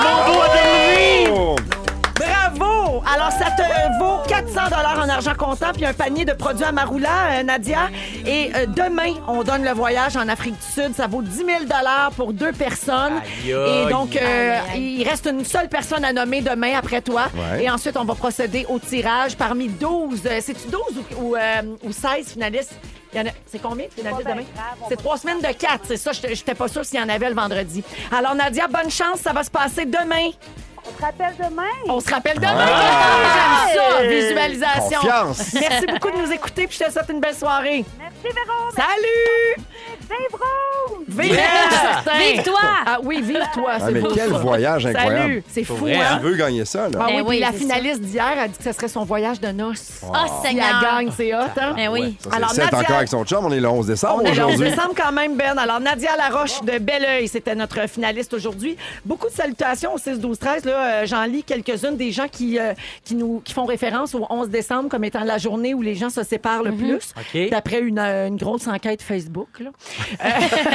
B: yeah!
C: Oh!
B: Bravo! Alors, ça te vaut quatre cents dollars en argent comptant puis un panier de produits à Maroula, euh, Nadia. Et euh, demain, on donne le voyage en Afrique du Sud. Ça vaut dix mille dollars pour deux personnes.
A: Aïe, aïe.
B: Et donc, euh,
D: Aïe, aïe.
B: il reste une seule personne à nommer demain après toi.
C: Ouais.
B: Et ensuite, on va procéder au tirage parmi douze. euh, C'est-tu douze ou, ou, euh, ou seize finalistes? Il y en a- C'est combien de finalistes
K: Pas bien
B: demain?
K: grave, on
B: C'est
K: va-
B: trois semaines de quatre. C'est ça, je n'étais pas sûre s'il y en avait le vendredi. Alors, Nadia, bonne chance. Ça va se passer demain.
K: On se rappelle demain.
B: On se rappelle demain.
C: Ah!
B: J'aime ça, visualisation.
C: Confiance.
B: Merci beaucoup de nous écouter puis je te souhaite une belle soirée.
K: Merci, Véro.
B: Salut!
K: Vive Rose.
B: Vive
A: Yeah!
B: certain.
D: Vive-toi!
B: Ah oui, vive toi.
C: Ah,
B: c'est
C: mais
B: beau,
C: quel
B: ça.
C: voyage incroyable.
B: Salut, c'est fou,
A: vrai,
B: hein?
C: Elle veut gagner ça, là.
B: Ah
D: Ben
B: oui,
D: oui,
B: puis la
D: c'est
B: finaliste d'hier a dit que ce serait son voyage de noces.
D: Oh,
B: Si
D: Seigneur!
B: elle gagne, c'est hot, hein?
D: Ben oui.
C: Ça, c'est-
B: Alors,
C: c'est
B: Nadia-
C: encore avec son chum. On est le onze décembre
B: On est le onze
C: aujourd'hui.
B: décembre quand même, Ben. Alors, Nadia Laroche de Belleuil, c'était notre finaliste aujourd'hui. Beaucoup de salutations au six douze treize. Là, euh, j'en lis quelques-unes des gens qui, euh, qui, nous, qui font référence au onze décembre comme étant la journée où les gens se séparent le plus,
A: OK.
B: d'après une, euh, une grosse enquête Facebook. là. Euh,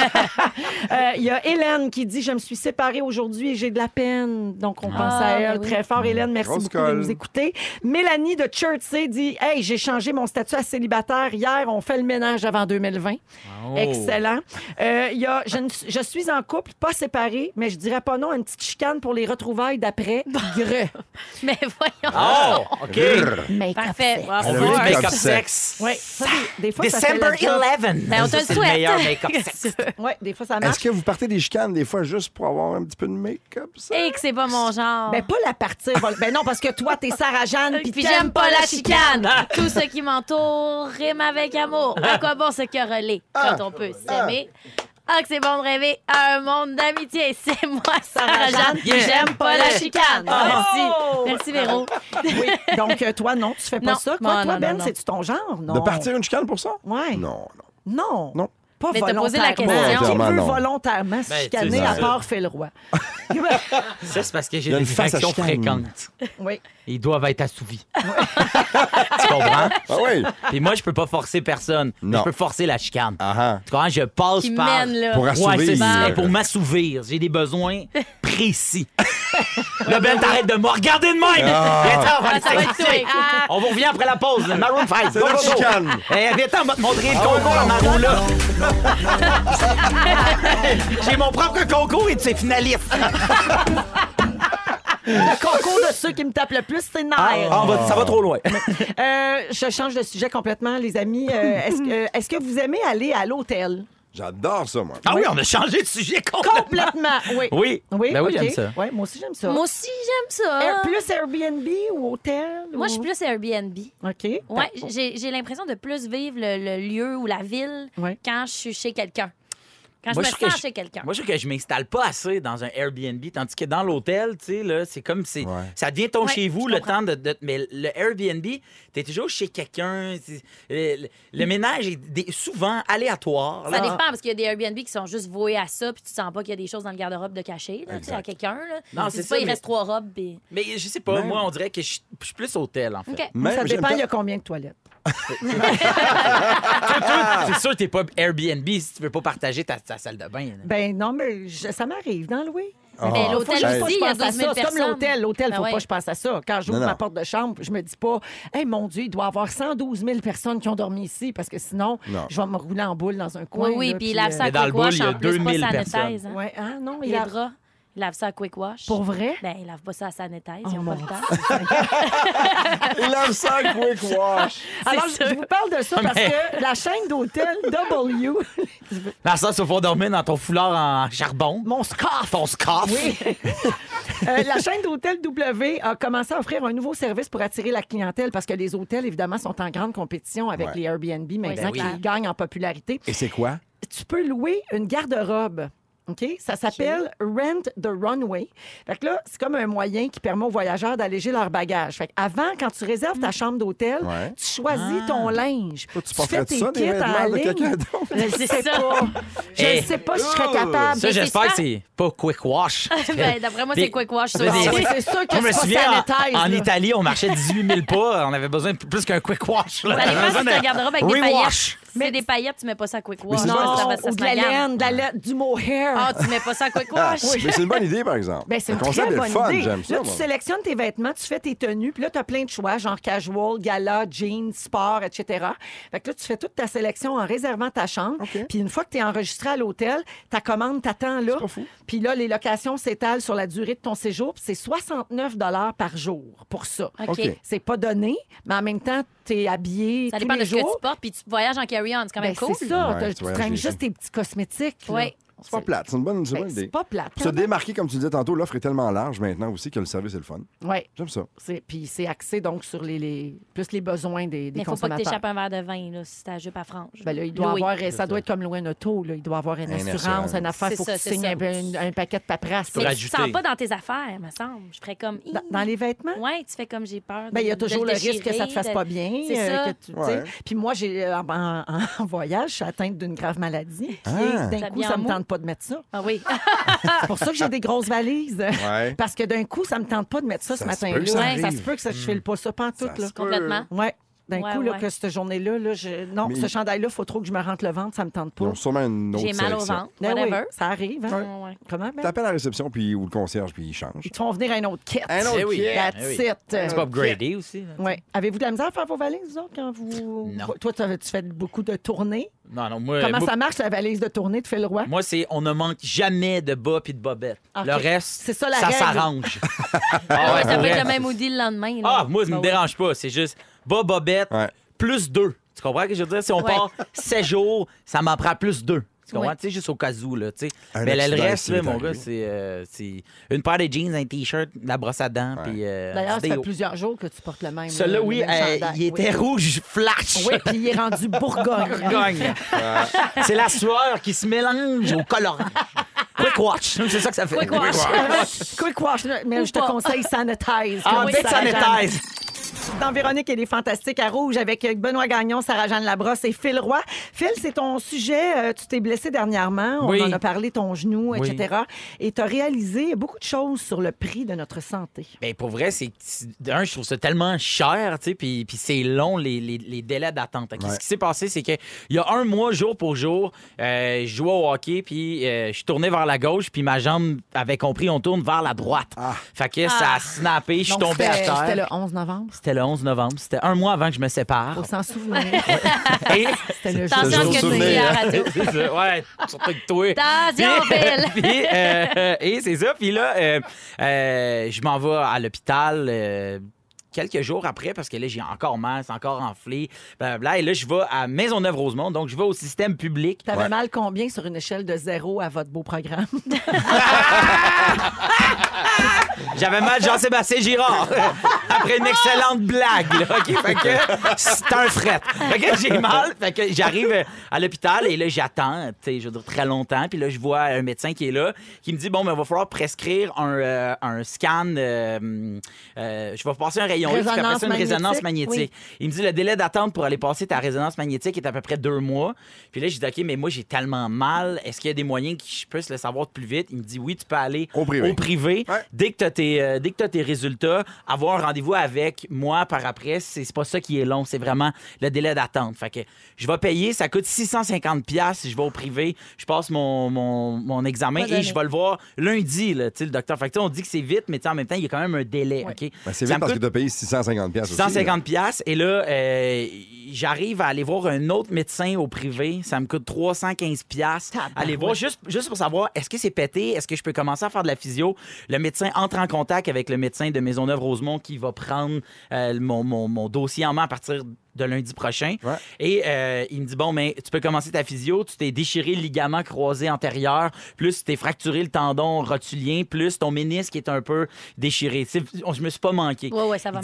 B: euh, Il y a Hélène qui dit « Je me suis séparée aujourd'hui et j'ai de la peine. » Donc, on pense à
D: Ah,
B: elle
D: ben oui.
B: très fort. Hélène, merci
C: Grosse
B: beaucoup de
C: colle.
B: nous écouter. Mélanie de Chertsey dit « Hey, j'ai changé mon statut à célibataire. Hier, on fait le ménage avant deux mille vingt.
A: Oh.
B: Excellent. Euh, Il y a, je, ne suis- je suis en couple, pas séparée, mais je dirais pas non à une petite chicane pour les retrouvailles d'après. Greu.
D: Mais voyons.
A: Oh, OK.
C: Grrr.
B: Make-up
D: Parfait.
B: sex.
D: Bravo.
C: Elle a
A: On veut
C: le
A: du make-up
C: make-up
A: sex.
B: Oui, ça, des, des fois, ça fait
A: December
B: le job.
A: eleven.
D: Ben, on te
A: Ça,
D: le
A: c'est
D: souhaite.
A: le meilleur make-up sex.
B: Oui, des fois, ça marche.
C: Est-ce que vous partez des chicanes des fois juste pour avoir un petit peu de make-up? Ça?
D: Et que c'est pas mon genre.
B: Ben, pas la partie. Ben non, parce que toi, t'es Sarah-Jeanne, puis
D: Puis
B: t'aimes
D: j'aime pas la chicane. Tout ce qui m'entoure rime avec amour. À quoi bon se quereller quand on peut s'aimer? Ah, que c'est bon de rêver à un monde d'amitié. C'est moi, Sarah-Jeanne.
A: Yeah.
D: J'aime pas la chicane. Merci.
B: Oh!
D: Merci, Véro.
B: Oui. Donc, euh, toi, non, tu fais pas
D: Non.
B: ça. Quoi,
D: Non,
B: toi,
D: non,
B: Ben,
D: non, non.
B: c'est-tu ton genre? Non.
C: De partir une chicane pour ça?
B: Ouais.
C: Non, non.
B: Non.
C: Non.
B: Pas
D: Mais t'as posé la
B: volontairement.
D: question.
B: Qui
C: Volontairement,
B: veut
C: non.
B: volontairement se
A: Ben,
B: chicaner
A: tu sais,
B: à
A: ça.
B: part fait le roi?
A: Ça, c'est parce que
C: Il y
A: j'ai
C: a une
A: des
C: face à
A: infections
C: chicane.
A: fréquentes.
B: Oui.
A: Ils doivent être assouvis. Tu comprends?
C: Ah oui?
A: Puis moi, je peux pas forcer personne. Mais
C: Non.
A: je peux forcer la chicane.
C: Ah ah.
A: Tu comprends? Je passe
D: Qui
A: par...
D: mène, là.
C: Pour
A: Ouais,
C: assouvir.
A: c'est ça.
C: euh,
A: Pour m'assouvir. J'ai des besoins précis. Là, Ben, t'arrêtes de me regarder de même.
C: Ah.
A: Viens-t'en, on va
D: Ah,
A: le
D: ça va être
A: faire.
D: toi, écoute.
A: On vous revient après la pause. Le Maroon five.
C: C'est de la chicane.
A: Eh, viens-t'en, on va te montrer le concours à Maroula. J'ai mon propre concours et tu es finaliste.
B: Le concours de ceux qui me tapent le plus, c'est Nair.
A: Ah, on va- ça va trop loin.
B: Euh, je change de sujet complètement, les amis. Euh, est-ce, que, est-ce que vous aimez aller à l'hôtel?
C: J'adore ça, moi.
A: Ah oui, on a changé de sujet complètement.
B: Complètement, oui.
A: Oui.
B: Oui,
A: Ben oui,
B: ok.
A: j'aime ça.
B: Ouais, moi aussi, j'aime ça.
D: Moi aussi, j'aime ça.
B: Air- plus Airbnb ou hôtel?
D: Moi, je
B: ou-
D: suis plus Airbnb.
B: OK.
D: Ouais, j'ai j'ai l'impression de plus vivre le, le lieu ou la ville
B: Ouais.
D: quand je suis chez quelqu'un. Quand
A: Moi,
D: je
A: je
D: me
A: trouve que
D: sens
A: je-
D: chez quelqu'un.
A: Moi, je trouve que je m'installe pas assez dans un Airbnb, tandis que dans l'hôtel, tu sais, là, c'est comme c'est,
C: Ouais.
A: ça devient ton
D: Ouais,
A: chez vous
D: je
A: le
D: comprends.
A: temps de, de- mais le Airbnb, t'es toujours chez quelqu'un. c'est- Le, le- le ménage est des- souvent aléatoire.
D: Ça
A: là.
D: dépend parce qu'il y a des Airbnb qui sont juste voués à ça, puis tu sens pas qu'il y a des choses dans le garde-robe de cacher là, tu sais, à quelqu'un. Là.
A: Non,
D: Tu
A: c'est
D: dis
A: ça,
D: pas, il
A: mais-
D: reste trois robes. Puis...
A: Mais je sais pas,
C: Même-
A: moi, on dirait que je, je suis plus hôtel, en fait.
D: OK.
B: Moi, ça
C: Même, j'aime
B: dépend,
C: pas-
B: il y a combien de toilettes.
A: C'est sûr que t'es pas Airbnb si tu veux pas partager ta, ta salle de bain. là.
B: Ben non, mais je- ça m'arrive d'en louer.
C: Ah.
D: Mais
B: Faut
D: l'hôtel
B: juste pas
C: Ben,
B: que
D: aussi,
B: je
D: il y a
B: pense à
D: douze mille
B: ça. C'est comme
D: personnes.
B: l'hôtel. L'hôtel,
D: Ben
B: faut
D: ouais.
B: pas que je pense à ça. Quand j'ouvre
C: Non,
B: ma
C: non.
B: porte de chambre, je me dis pas, hey, mon Dieu, il doit y avoir cent douze mille personnes qui ont dormi ici parce que sinon,
C: Non.
B: je vais me rouler en boule dans un coin.
D: Oui, oui,
B: là,
D: puis il lave ça
A: Mais
D: à
A: dans le
D: quick wash
A: boule, il y a
D: en plus,
A: deux mille
D: pas
A: personnes.
D: sanitize. Hein.
B: Ouais, hein, non, il
D: Les
B: a...
D: draps, il lave ça à quick wash.
B: Pour vrai?
D: Ben, il lave pas ça à sanitize,
B: Oh,
D: ils ont pas
B: mon
D: le temps.
C: Il aime ça, quick wash.
B: Alors, je, je vous parle de ça parce
A: Mais-
B: que la chaîne d'hôtel W,
A: Dans ça, il faut dormir dans ton foulard en charbon.
B: mon scarf,
A: Ton scarf.
B: oui. Euh, la chaîne d'hôtel W a commencé à offrir un nouveau service pour attirer la clientèle parce que les hôtels, évidemment, sont en grande compétition avec
C: Ouais.
B: les Airbnb maintenant
A: Oui,
B: qui
A: ben oui.
B: gagnent en popularité.
C: Et c'est quoi?
B: Tu peux louer une garde-robe. OK? Ça s'appelle Rent the Runway. Fait que là, c'est comme un moyen qui permet aux voyageurs d'alléger leur bagage. Fait qu'avant, quand tu réserves ta chambre d'hôtel,
C: Ouais.
B: tu choisis
A: Ah.
B: ton linge.
C: Toi, tu
B: fais
C: porterais
B: tes
C: ça, des
B: kits en
C: vêtements de
B: ligne.
C: quelqu'un d'autre?
B: Je ne sais
D: C'est ça.
B: pas. Je
A: Eh.
B: ne sais pas si je serais capable.
A: Ça,
D: Mais
A: j'espère
D: c'est
A: que c'est pas quick wash.
D: Ben, d'après moi,
A: Des-
D: c'est quick wash, ça
A: des-
D: aussi.
B: Ah oui, c'est sûr que
A: Je me
B: c'est pas
A: souviens,
B: sanitize,
A: en, en
B: là.
A: Italie, on marchait dix-huit mille pas. On avait besoin de plus qu'un quick wash. Là.
D: Ça dépend
A: On avait
D: si
A: besoin
D: tu
A: d'un
D: garde-robe avec des
A: rewash.
D: paillettes. Si c'est des paillettes, tu mets pas ça à quick wash.
C: c'est
B: Non,
C: pas-
D: ça va, ça
B: ou
D: se
B: de la
D: magane.
B: laine, de la laine, du mohair.
D: Ah, tu mets pas ça à quick wash.
C: Mais c'est une bonne idée, par exemple.
B: Ben, c'est
C: le
B: une
C: concept
B: très
C: est
B: bonne
C: le fun,
B: idée.
C: j'aime ça.
B: Là, tu
C: moi.
B: sélectionnes tes vêtements, tu fais tes tenues, puis là, tu as plein de choix, genre casual, gala, jeans, sport, et cetera. Fait que là, tu fais toute ta sélection en réservant ta chambre.
C: OK.
B: Puis une fois que tu es enregistré à l'hôtel, ta commande t'attend là.
C: pas fou.
B: Puis là, les locations s'étalent sur la durée de ton séjour, puis c'est soixante-neuf dollars par jour pour ça.
D: OK.
C: OK.
B: C'est pas donné, mais en même temps, tu es habillé
D: Ça
B: tous
D: dépend
B: les
D: de ce que
B: jours.
D: tu portes, puis tu voyages en carry-on. C'est quand même
B: Ben,
D: cool.
B: c'est ça,
C: Ouais,
B: t'as-
C: tu
B: tu
C: voyages
B: traînes
C: léger.
B: juste tes petits cosmétiques. là.
D: Oui.
C: C'est pas plate, c'est une bonne, c'est une
B: Ben,
C: bonne idée.
B: c'est pas plate.
C: Pour se démarquer, comme tu disais tantôt, l'offre est tellement large maintenant aussi que le service est le fun.
B: Oui.
C: J'aime ça.
B: C'est- Puis c'est axé donc sur les, les- plus les besoins des, des
D: Mais faut pas que
B: consommateurs.
D: t'échappes un verre de vin, là, si t'as jupe à frange.
B: Ben là, il doit
D: Loué.
B: avoir, ça doit être comme louer une auto. Là. Il doit avoir une
C: Une
B: assurance,
C: assurance.
B: une affaire. Il faut
D: C'est
B: que
D: ça,
B: tu
D: c'est
B: signes
D: ça.
B: un, un- un paquet de paperasse.
A: Pour
D: Mais
B: là.
D: tu te
A: rajouter.
D: sens pas dans tes affaires, me semble. Je ferais comme...
B: Dans, dans les vêtements?
D: Ouais, tu fais comme j'ai peur.
B: Ben, il y a
D: de- de
B: toujours le
D: déchirer,
B: risque que ça te fasse
D: de-
B: pas bien.
D: C'est
B: euh,
D: ça.
B: que tu- tu
C: Ouais.
B: sais. Puis moi, j'ai euh, en, en- en voyage, je suis atteinte d'une grave maladie. Puis
C: Ah.
B: d'un
D: Ça
B: coup,
D: vient
B: ça
D: en
B: me
D: mou.
B: tente pas de mettre ça.
D: Ah oui.
B: C'est pour ça que j'ai des grosses valises.
C: Ouais.
B: Parce que d'un coup, ça me tente pas de mettre ça,
C: Ça
B: ce
C: se peut
B: matin-là.
C: que ça
B: ça
C: arrive.
B: se peut que ça, je file pas ça pantoute.
C: Ça
B: Là.
C: se peut.
D: Complètement.
B: Ouais. D'un
D: Ouais,
B: coup, là,
D: ouais.
B: que cette journée-là, là, je... non,
C: Mais-
B: ce chandail-là, il faut trop que je me rentre le ventre, ça me tente
C: Ils
B: pas.
C: ont sûrement une autre
D: J'ai mal au
C: sélection.
D: ventre.
B: Ben oui,
D: Whatever.
B: ça arrive. Hein?
D: Ouais, ouais.
B: Comment? Ben?
C: T'appelles à la réception puis, ou le concierge, puis ils changent.
B: Ils te font venir un autre kit.
C: Un autre
A: Eh oui.
C: kit.
A: Eh
B: That's
A: oui.
B: it.
A: C'est pas upgradé aussi. là, tu sais.
B: Ouais. Avez-vous de la misère à faire vos valises, vous autres, quand vous...
A: Non.
B: Toi, t'as- tu fais beaucoup de tournées.
A: Non, non, moi,
B: Comment
A: moi,
B: ça marche, la valise de tournée? Tu fais le roi?
A: moi, c'est on ne manque jamais de bas puis de bobettes.
B: Ok.
A: Le reste,
B: C'est ça, la
A: ça
B: règle.
A: s'arrange.
D: Ah
A: ah,
D: ouais, ça
A: pour
D: peut être
A: vrai.
D: le même hoodie le lendemain. là.
A: Ah, moi, ça
D: Ben
A: me
D: oui.
A: dérange pas. C'est juste bas, bobette,
C: Ouais.
A: plus deux. Tu comprends ce que je veux dire? Si on
D: Ouais.
A: part sept jours, ça m'en prend plus deux. Tu comprends?
D: Ouais.
A: Tu sais, juste au cas où, là, tu sais.
C: Un
A: Mais là, le
C: accident,
A: reste,
C: c'est
A: là, mon
C: arrivé.
A: gars, c'est euh, c'est une paire de jeans, un T-shirt, de la brosse à dents,
C: Ouais.
A: puis euh,
B: D'ailleurs, ça
A: du
B: fait
A: déo.
B: plusieurs jours que tu portes le même.
A: Celui-là,
B: le
A: oui,
B: même
A: euh,
B: chandail.
A: il était
B: Oui.
A: rouge flash.
B: Oui, puis il est rendu Bourgogne.
A: Bourgogne. C'est la sueur qui se mélange au colorant. Quick watch, c'est ça que ça fait.
D: Quick wash.
B: Quick wash, mais
D: Ou
B: je te
D: pas.
B: conseille Sanitize.
A: Ah,
B: comme
A: vite
B: Sarah-Jeanne.
A: sanitize.
B: Dans Véronique et les Fantastiques à Rouge avec Benoît Gagnon, Sarah-Jeanne Labrosse et Phil Roy. Phil, c'est ton sujet. euh, Tu t'es blessé dernièrement. On
A: Oui.
B: en a parlé, ton genou,
A: Oui.
B: et cetera. Et tu as réalisé beaucoup de choses sur le prix de notre santé.
A: Ben, pour vrai, c'est c'est- d'un, je trouve ça tellement cher, tu sais, puis puis c'est long, les, les, les délais d'attente. Ok,
C: Ouais.
A: Ce qui s'est passé, c'est qu'il y a un mois, jour pour jour, euh, je jouais au hockey, puis euh, je tournais vers la gauche, puis ma jambe avait compris, on tourne vers la droite.
C: Ah.
A: Fait que ça a snappé, je suis
B: Donc,
A: tombé à
B: c'était-
A: terre.
B: C'était le onze novembre.
A: C'était le onze novembre. C'était un mois avant que je me sépare.
B: Faut s'en souvenir.
A: Et...
B: C'était le
D: Attention
C: jour
D: à ce que tu
C: souvenir.
D: dis à la radio.
A: c'est ça, ouais, surtout que toi.
D: Attention, Phil.
A: Puis, euh, et c'est ça. Puis là, euh, euh, je m'en vais à l'hôpital euh, quelques jours après parce que là, j'ai encore mal, c'est encore enflé. Blablabla. Et là, je vais à Maisonneuve-Rosemont. Donc, je vais au système public.
B: T'avais
C: Ouais.
B: mal combien sur une échelle de zéro à votre beau programme?
A: J'avais mal Jean-Sébastien Girard. Après une excellente blague. Là, OK? Fait que c'est un fret. Fait que j'ai mal. Fait que j'arrive à l'hôpital et là, j'attends, tu sais, je veux dire, très longtemps. Puis là, je vois un médecin qui est là qui me dit, bon, mais il va falloir prescrire un, euh, un scan. euh, euh, je vais passer un rayon X, puis après
B: Résonance
A: ça, une résonance
B: magnétique,
A: magnétique. Il me dit, le délai d'attente pour aller passer ta résonance magnétique est à peu près deux mois. Puis là, je dis, OK, mais moi, j'ai tellement mal. Est-ce qu'il y a des moyens que je puisse le savoir plus vite? Il me dit, oui, tu peux aller
C: Au privé.
A: Au privé.
C: Ouais.
A: Dès que tu as tes, euh, dès que t'as tes résultats, avoir un rendez-vous avec moi par après, c'est c'est pas ça qui est long, c'est vraiment le délai d'attente. Fait que je vais payer, ça coûte six cent cinquante dollars si je vais au privé, je passe mon, mon, mon examen
D: Pas
A: et
D: donné.
A: je vais le voir lundi, là, tu sais, le docteur. Fait que tu sais, on dit que c'est vite, mais tu sais, en même temps, il y a quand même un délai. OK?
C: Ben, c'est
A: Ça
C: vite
A: me
C: parce
A: coûte
C: que tu as payé six cent cinquante dollars aussi.
A: six cent cinquante dollars. Et là, euh, j'arrive à aller voir un autre médecin au privé. Ça me coûte trois cent quinze dollars. Aller voir juste, juste pour savoir, est-ce que c'est pété? Est-ce que je peux commencer à faire de la physio? Le médecin entre en contact avec le médecin de Maisonneuve-Rosemont qui va prendre euh, mon, mon, mon dossier en main à partir de lundi prochain.
C: Ouais.
A: Et euh, il me dit, bon, mais tu peux commencer ta physio, tu t'es déchiré le ligament croisé antérieur, plus tu t'es fracturé le tendon rotulien, plus ton ménisque est un peu déchiré. Tu sais, on- je me suis pas manqué.
D: Ouais, ouais, ça va
A: Il dit,
D: mal.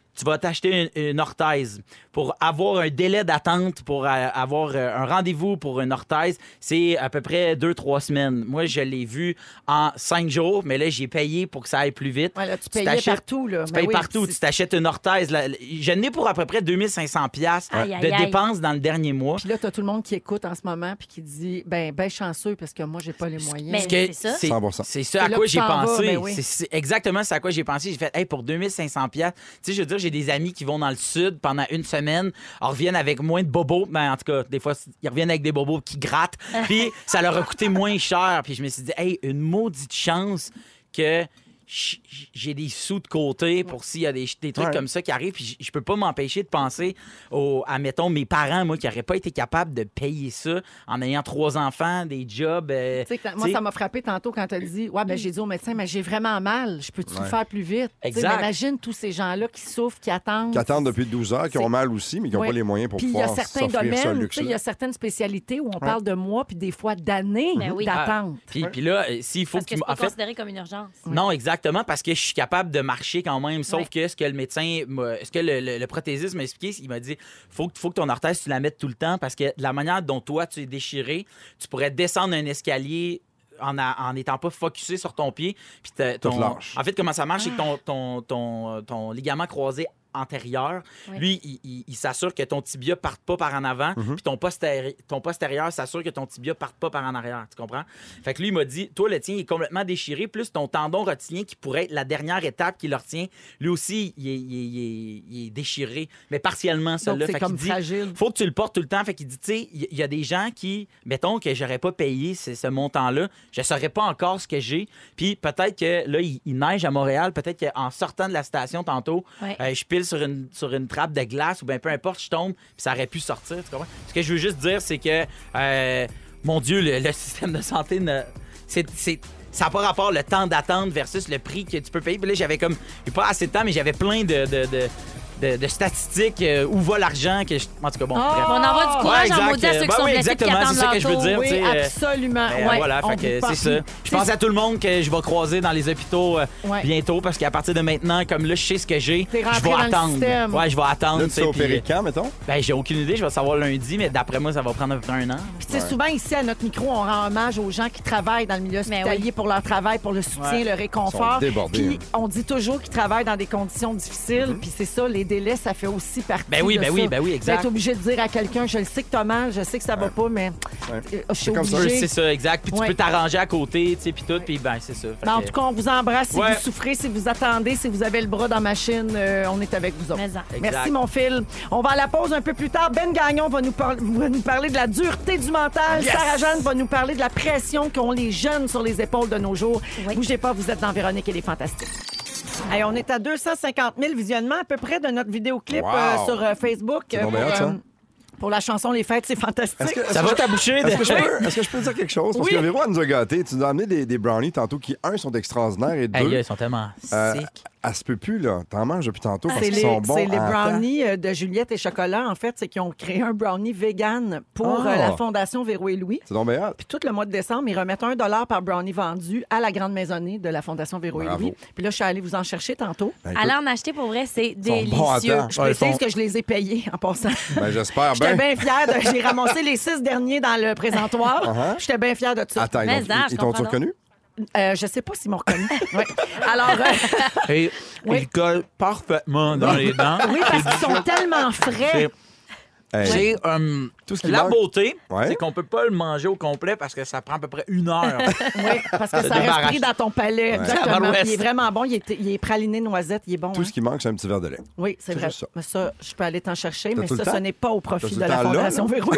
A: tu vas t'acheter une, une orthèse. Pour avoir un délai d'attente, pour euh, avoir euh, un rendez-vous pour une orthèse, c'est à peu près deux, trois semaines. Moi, je l'ai vu en cinq jours, mais là, j'ai payé pour que ça aille plus vite.
B: Ouais, là, tu payais partout. Là.
A: Tu
B: Ben
A: payes
B: oui,
A: partout.
B: c'est-
A: Tu t'achètes une orthèse. Là, je n'ai pour à peu près deux mille cinq cents dollars
B: Aïe,
A: de
B: aïe, aïe.
A: dépenses dans le dernier mois.
B: Puis là, t'as tout le monde qui écoute en ce moment puis qui dit, ben, ben chanceux parce que moi, j'ai pas les moyens.
A: Parce que c'est
C: cent pour cent.
A: c'est ce
B: C'est
A: à
B: là
A: quoi
B: que
A: j'ai
B: t'en vas,
A: pensé.
B: ben oui.
A: C'est- c'est exactement ce à quoi j'ai pensé. J'ai fait, hey, pour deux mille cinq cents dollars, tu sais, je veux dire, j'ai des amis qui vont dans le sud pendant une semaine, en reviennent avec moins de bobos. Ben, en tout cas, des fois, ils reviennent avec des bobos qui grattent. Puis ça leur a coûté moins cher. Puis je me suis dit, hey, une maudite chance que j- j'ai des sous de côté pour s'il y a des, des trucs
C: Ouais.
A: comme ça qui arrivent. Puis je- je peux pas m'empêcher de penser au, à, mettons, mes parents, moi, qui n'auraient pas été capables de payer ça en ayant trois enfants, des jobs. euh,
B: Tu sais, quand- moi,
A: tu sais.
B: ça m'a frappé tantôt quand tu as dit, ouais, ben, j'ai dit au médecin, mais j'ai vraiment mal. Je peux-tu
C: Ouais.
B: le faire plus vite? Tu sais,
A: Exact.
B: mais imagine tous ces gens-là qui souffrent, qui attendent.
C: Qui attendent depuis douze heures, qui ont
B: C'est-
C: mal aussi, mais qui n'ont
B: Ouais.
C: pas les moyens pour
B: Puis il y a
C: pouvoir
B: certains
C: s'offrir ce
B: domaines, tu
C: luxe.
B: sais, il y a certaines spécialités où on parle de mois puis des fois d'années
D: Ben oui.
B: d'attente.
A: Puis, puis là, euh, s'il faut
D: Parce que
A: qu'il
D: c'est
A: m-
D: pas
A: en fait,
D: considéré comme une urgence.
A: non, exactement, parce que je suis capable de marcher quand même. Sauf
D: Ouais.
A: que ce que le médecin, m'a- ce que le, le- le prothésiste m'a expliqué, il m'a dit faut que, faut que ton orthèse, tu la mettes tout le temps parce que de la manière dont toi, tu es déchiré, tu pourrais descendre un escalier en, a- en n'étant pas focusé sur ton pied. Puis t'as-
C: Tout
A: ton,
C: lâche.
A: en fait, comment ça marche, c'est que ton, ton, ton, ton ligament croisé antérieur,
D: Oui.
A: lui, il, il- il s'assure que ton tibia parte pas par en avant,
C: Mhm.
A: puis ton, postéri- ton postérieur s'assure que ton tibia parte pas par en arrière. Tu comprends? Fait que lui, il m'a dit, toi, le tien il est complètement déchiré, plus ton tendon rotulien qui pourrait être la dernière étape qui le retient, lui aussi, il est, il est- il est- il est déchiré, mais partiellement, celui-là.
B: c'est
A: Fait
B: comme
A: qu'il dit,
B: fragile.
A: faut que tu le portes tout le temps. Fait qu'il dit, tu sais, il y, y a des gens qui, mettons que j'aurais pas payé ce, ce montant-là, je saurais pas encore ce que j'ai. Puis peut-être que là, il, il neige à Montréal, peut-être qu'en sortant de la station tantôt,
D: Ouais.
A: euh, je pile sur une, sur une trappe de glace ou bien peu importe, je tombe, puis ça aurait pu sortir. Tu comprends? Ce que je veux juste dire, c'est que, euh, mon Dieu, le, le système de santé, ne, c'est, c'est- ça n'a pas rapport le temps d'attente versus le prix que tu peux payer. Puis là, j'avais comme, j'ai pas assez de temps, mais j'avais plein de, de, de, de- de statistiques euh, où va l'argent. Que je- En tout cas, bon,
B: Ah!
A: bref.
D: On envoie du courage
A: Ouais,
D: en
A: exact.
D: maudit à ceux qui
A: Ben
D: sont
A: oui,
D: blessés et qui
A: exactement,
D: attendent
A: c'est ça que je veux
D: leur
A: dire.
D: tour.
A: tu
B: Oui,
A: sais, euh,
B: absolument.
A: ben,
B: Ouais,
A: voilà,
B: on
A: fait
B: vous
A: que
B: parle.
A: c'est ça. Je pense à tout le monde que je vais croiser dans les hôpitaux euh,
B: Ouais.
A: bientôt parce qu'à partir de maintenant, comme là, je sais ce que j'ai,
B: T'es
A: je
B: rentré
A: vais
B: dans le
A: attendre.
B: système.
A: Ouais, je vais attendre.
C: Là,
A: tu
C: tu
A: sais,
C: sais, au
A: puis,
C: Pérican, mettons?
A: ben, j'ai aucune idée, je vais savoir lundi, mais d'après moi, ça va prendre à peu près un an.
B: Puis, tu sais, souvent, ici, à notre micro, on rend hommage aux gens qui travaillent dans le milieu
D: Mais
B: hospitalier
D: oui.
B: pour leur travail, pour le soutien,
A: Ouais.
B: le réconfort.
C: Ils sont débordés,
B: Puis,
C: hein.
B: on dit toujours qu'ils travaillent dans des conditions difficiles. Puis, c'est ça, les délais, ça fait aussi partie
A: Ben oui,
B: de
A: ben
B: ça.
A: oui, ben oui, exact.
B: D'être obligé de dire à quelqu'un, je le sais que t'as mal, je sais que ça va pas, mais euh, je suis
C: C'est comme ça.
B: obligée.
A: C'est ça, exact. Puis tu
B: Ouais.
A: peux t'arranger à côté, tu sais, puis tout, puis ben, c'est ça. Fait
B: Mais en
A: que-
B: tout cas, on vous embrasse si
A: Ouais.
B: vous souffrez, si vous attendez, si vous avez le bras dans la machine, euh, on est avec vous autres.
D: Mais en.
A: Exact.
B: Merci, mon fil. On va à la pause un peu plus tard. Ben Gagnon va nous, par- va nous parler de la dureté du mental.
A: Yes!
B: Sarah-Jeanne va nous parler de la pression qu'ont les jeunes sur les épaules de nos jours.
D: Oui.
B: Bougez pas, vous êtes dans Véronique et les Fantastiques. Hey, on est à deux cent cinquante mille visionnements à peu près de notre vidéoclip
C: Wow!
B: euh, sur euh, Facebook.
C: C'est
B: euh,
C: donc
B: pour,
C: bien hot, ça.
B: pour la chanson Les Fêtes, c'est fantastique.
C: Est-ce que- est-ce
A: Ça va
C: que-
A: ta boucher?
C: Est-ce que, je peux, est-ce que je peux dire quelque chose? Parce
B: Oui.
C: que Véro, elle nous a gâtés. Tu nous as amené des, des brownies tantôt qui, un, sont extraordinaires et deux,
A: Hey, là, ils sont tellement
C: euh,
A: sick.
C: elle se peut plus, là. T'en manges depuis tantôt parce
B: C'est
C: qu'ils
B: les,
C: sont bons
B: c'est les
C: en temps.
B: brownies euh, de Juliette et Chocolat, en fait. C'est qu'ils ont créé un brownie vegan pour
C: Oh.
B: euh, la Fondation Véro et Louis.
C: C'est donc bien hot.
B: Puis tout le mois de décembre, ils remettent un dollar par brownie vendu à la grande maisonnée de la Fondation Véro et
C: Bravo.
B: Louis. Puis là, je suis allée vous en chercher tantôt.
C: Ben, écoute,
D: Allez en acheter pour vrai, c'est
C: sont bons à
D: délicieux.
C: temps.
B: Je
C: Ouais, ils
B: précise
C: font-
B: que je les ai payés en passant.
C: ben, j'espère
B: J'étais
C: bien.
B: bien fière. De... J'ai ramassé les six derniers dans le présentoir.
C: Uh-huh.
B: J'étais bien fière de ça.
C: Attends, ils,
D: Mais
C: ont-
D: ça,
C: ils-
D: je
C: ils t'ont-tu
D: comprends
C: reconnu?
B: Euh, je sais pas s'ils m'ont reconnu. Ouais. Alors, euh,
A: Et
B: Oui.
A: il colle parfaitement dans les dents.
B: oui, parce qu'ils sont tellement frais.
A: C'est-
C: Hey,
A: C'est euh,
C: Tout ce qui
A: la
C: manque-
A: beauté,
C: Ouais.
A: c'est qu'on peut pas le manger au complet parce que ça prend à peu près une heure.
B: Oui, parce que
A: Se
B: ça reste
A: débarrasse.
B: pris dans ton palais. Exactement.
A: Tabarouette.
B: Il est vraiment bon. Il est, il est praliné noisette. Il est bon.
C: Tout
B: hein?
C: ce qui manque, c'est un petit verre de lait.
B: Oui, c'est
C: C'est
B: vrai.
C: juste ça.
B: Mais ça, je peux aller t'en chercher,
C: T'as
B: mais
C: tout
B: ça,
C: le
B: ce
C: temps?
B: n'est pas au
C: T'as
B: profit
C: tout
B: de
C: le
B: la
C: temps là,
B: Fondation
C: là?
B: Véro.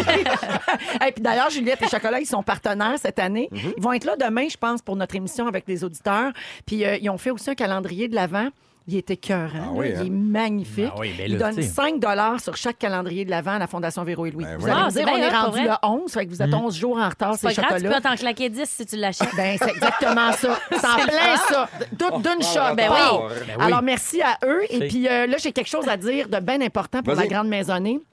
B: Et puis d'ailleurs, Juliette et Chocolat, ils sont partenaires cette année.
C: Mm-hmm.
B: Ils vont être là demain, je pense, pour notre émission avec les auditeurs. Puis euh, ils ont fait aussi un calendrier de l'Avent. Il est écœurant.
C: Ah
B: là.
C: oui,
B: Il
C: hein?
B: est magnifique.
A: Ah oui, ben
B: Ils
A: là,
B: donnent
A: tu sais.
B: cinq dollars sur chaque calendrier de l'Avent à la Fondation Véro et Louis.
C: Ben
B: vous
C: oui.
B: allez
D: Ah,
B: me
D: c'est
B: dire, on
D: bien
B: est
D: hot,
B: rendu
D: pour
B: le onze, fait que vous êtes onze jours en retard,
D: C'est
B: ces
D: pas grave, tu
B: chocolats.
D: peux t'en claquer dix si tu l'achètes.
B: Ben, c'est exactement ça. C'est en plein ça. Tout d'une shot.
D: Ben
B: Pow!
D: oui.
A: Ben oui.
B: Alors, merci à eux. Et
A: C'est-
B: puis euh, là, j'ai quelque chose à dire de bien important pour
C: Vas-y.
B: la grande maisonnée.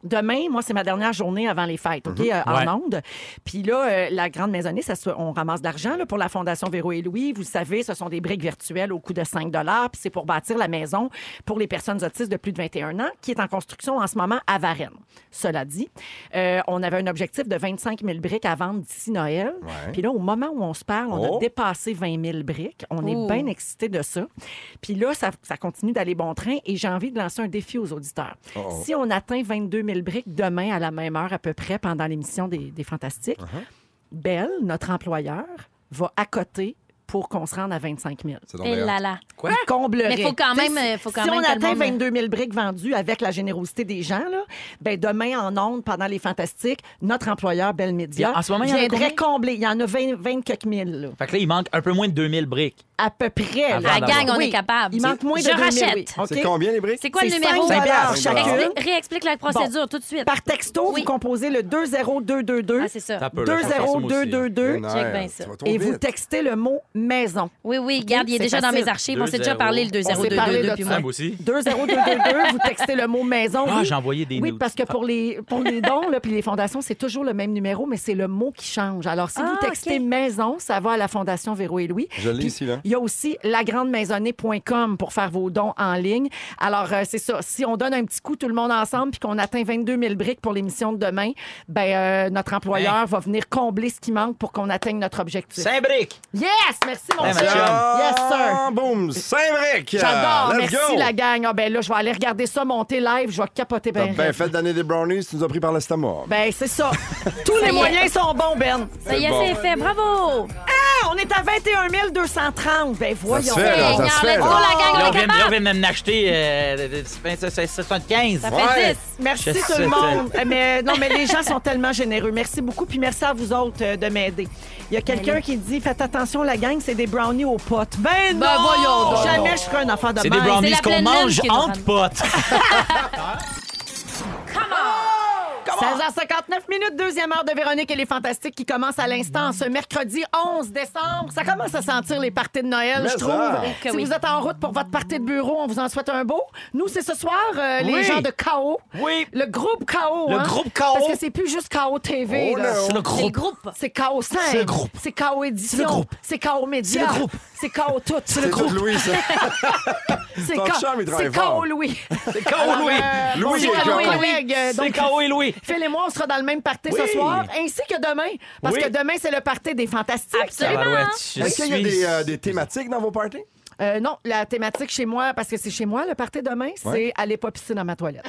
B: Demain, moi, c'est ma dernière journée avant les fêtes, OK, euh, en
A: Ouais.
B: ondes. Puis là, euh, la grande maisonnée, ça se- on ramasse de l'argent là, pour la Fondation Véro et Louis. Vous le savez, ce sont des briques virtuelles au coût de cinq dollars. Puis c'est pour bâtir la maison pour les personnes autistes de plus de vingt et un ans, qui est en construction en ce moment à Varennes. Cela dit, euh, on avait un objectif de vingt-cinq mille briques à vendre d'ici Noël.
C: Ouais.
B: Puis là, au moment où on se parle, on
C: Oh.
B: a dépassé vingt mille briques. On
D: Ouh.
B: est bien excités de ça. Puis là, ça, ça continue d'aller bon train et j'ai envie de lancer un défi aux auditeurs.
C: Oh.
B: Si on atteint vingt-deux mille briques demain à la même heure à peu près pendant l'émission des, des Fantastiques, Belle, notre employeur, va accoter pour qu'on se rende à vingt-cinq mille.
C: C'est donc
D: Et
C: bien
D: là
C: hot.
D: là.
A: Quoi?
B: Il comblerait.
D: Mais faut quand
B: Tu sais,
D: même,
B: si-
D: euh, faut quand
B: si
D: même
B: on
D: que le
B: atteint
D: monde-
B: vingt-deux mille briques vendues avec la générosité des gens, là, ben demain, en ondes, pendant les Fantastiques, notre employeur, Belle Média,
A: En ce moment, il y en a
B: viendrait
A: combien?
B: combler. Il y en a vingt, vingt quelques mille, là.
A: Fait que là, il manque un peu moins de deux mille briques.
B: À peu près.
A: Avant
B: là.
D: La gang, on
B: Oui.
D: est capable.
B: Il manque moins de
D: Je
B: deux mille,
D: rachète.
B: oui. OK?
C: C'est combien les briques?
D: C'est quoi le
B: C'est
D: numéro?
B: cinq dollars
C: cinq
B: chacune.
C: dollars.
D: Explique- Réexplique la procédure tout de suite.
B: Par texto,
D: Oui.
B: vous composez le deux zéro deux deux deux.
D: Ah, c'est ça.
A: Ça peut, là,
B: deux
A: je vais faire ça,
B: zéro
A: moi
B: deux
A: aussi.
B: deux deux.
D: Check bien ça.
C: Tu vas trop
B: Et vous
C: vite.
B: textez le mot maison.
D: Oui, oui, regarde, il est
B: c'est
D: déjà dans
B: facile.
D: mes archives. On
A: Deux
D: s'est déjà
A: zéro.
D: parlé, le deux
B: On
D: zéro
B: s'est
D: deux
B: parlé
D: deux
B: de
D: puis
B: ça.
D: moi.
A: Ah, moi aussi.
B: deux zéro deux deux deux, vous textez le mot maison.
A: Ah,
B: Oui.
A: j'ai envoyé des
B: Oui,
A: notes.
B: parce que pour les, pour les dons là, puis les fondations, c'est toujours le même numéro, mais c'est le mot qui change. Alors, si
D: Ah,
B: vous textez
D: OK.
B: maison, ça va à la Fondation Véro et Louis.
C: Je l'ai
B: Puis,
C: ici, là.
B: Il y a aussi la grande maisonnée point com pour faire vos dons en ligne. Alors, euh, c'est ça. Si on donne un petit coup tout le monde ensemble puis qu'on atteint vingt-deux mille briques pour l'émission de demain, ben euh, notre employeur
A: Hein?
B: va venir combler ce qui manque pour qu'on atteigne notre objectif.
A: Cinq briques!
B: Yes! Merci, mon
A: Hey,
B: chum.
A: ma chum.
B: Yes, sir.
C: Ah, boum! Cinq briques!
B: J'adore.
C: Let's
B: Merci,
C: go!
B: la gang. Ah, ben là, je vais aller regarder ça monter live. Je vais capoter
C: T'as
B: bien.
C: bien fait de donner des brownies, tu nous as pris par l'estomac.
B: Ben, c'est ça. Tous
D: Ça
B: les
D: y est.
B: moyens sont bons, Ben.
D: Ça y est,
C: bon.
D: c'est fait. Bravo!
B: Ah, on est à vingt et un mille deux cent trente. Ben, voyons.
C: se fait, là, ça
D: Seigneur,
C: se fait,
D: let's go,
C: là.
D: la gang,
A: Là,
D: on
A: on
D: est
A: vient, là, on
D: capable.
A: vient de m'acheter euh, soixante-quinze.
D: Ça
C: Ouais.
D: fait dix.
B: Merci
A: Je
B: tout
A: sais,
B: le
A: ça.
B: monde. Euh, Mais, non, mais les gens sont tellement généreux. Merci beaucoup. Puis merci à vous autres euh, de m'aider. Il y a quelqu'un qui dit faites attention, la gang, c'est des brownies aux potes. Ben,
D: Ben,
B: non!
D: voyons donc.
B: Jamais je ferai une affaire de
A: C'est
B: même.
A: des brownies
D: C'est la
A: qu'on
D: pleine lune
A: mange
D: qui est
A: entre
D: nous
A: potes.
B: seize heures cinquante-neuf minutes, deuxième heure de Véronique et les Fantastiques qui commence à l'instant ce mercredi onze décembre. Ça commence à sentir les parties de Noël,
C: Mais
B: je trouve.
C: ça.
D: Que
B: Si
D: oui.
B: vous êtes en route pour votre partie de bureau, on vous en souhaite un beau. Nous, c'est ce soir, euh, les
A: Oui.
B: gens de K O.
A: Oui.
B: Le groupe K O.
A: Le
B: hein?
A: groupe K O.
B: Parce que c'est plus juste K O T V.
C: Oh,
B: là.
C: non.
A: C'est le
D: C'est le
A: groupe.
D: groupe.
B: C'est K O cinq.
A: C'est le groupe.
B: C'est K O Édition.
A: C'est le groupe.
B: C'est K O Média.
A: C'est le groupe.
B: C'est K O Tout.
C: C'est tout Louis, ça.
B: C'est
C: Ton
B: K-
C: chum, il travaille
B: c'est K O
C: fort.
B: Louis.
A: C'est K O Louis.
B: Euh,
C: Louis
B: bonjour
C: et
B: à nos
C: K O.
B: collègues. euh,
A: C'est
B: donc,
A: K O et Louis.
B: Phil et moi, on sera dans le même party
A: Oui.
B: ce soir, ainsi que demain. Parce
A: Oui.
B: que demain, c'est le party des Fantastiques.
D: Absolument.
A: Tabarouette, je
C: Est-ce qu'il y a
A: suis-
C: des, euh, des thématiques dans vos parties?
B: Euh, non, la thématique chez moi, parce que c'est chez moi, le party demain, c'est
C: Ouais.
B: aller pas pisser dans ma toilette.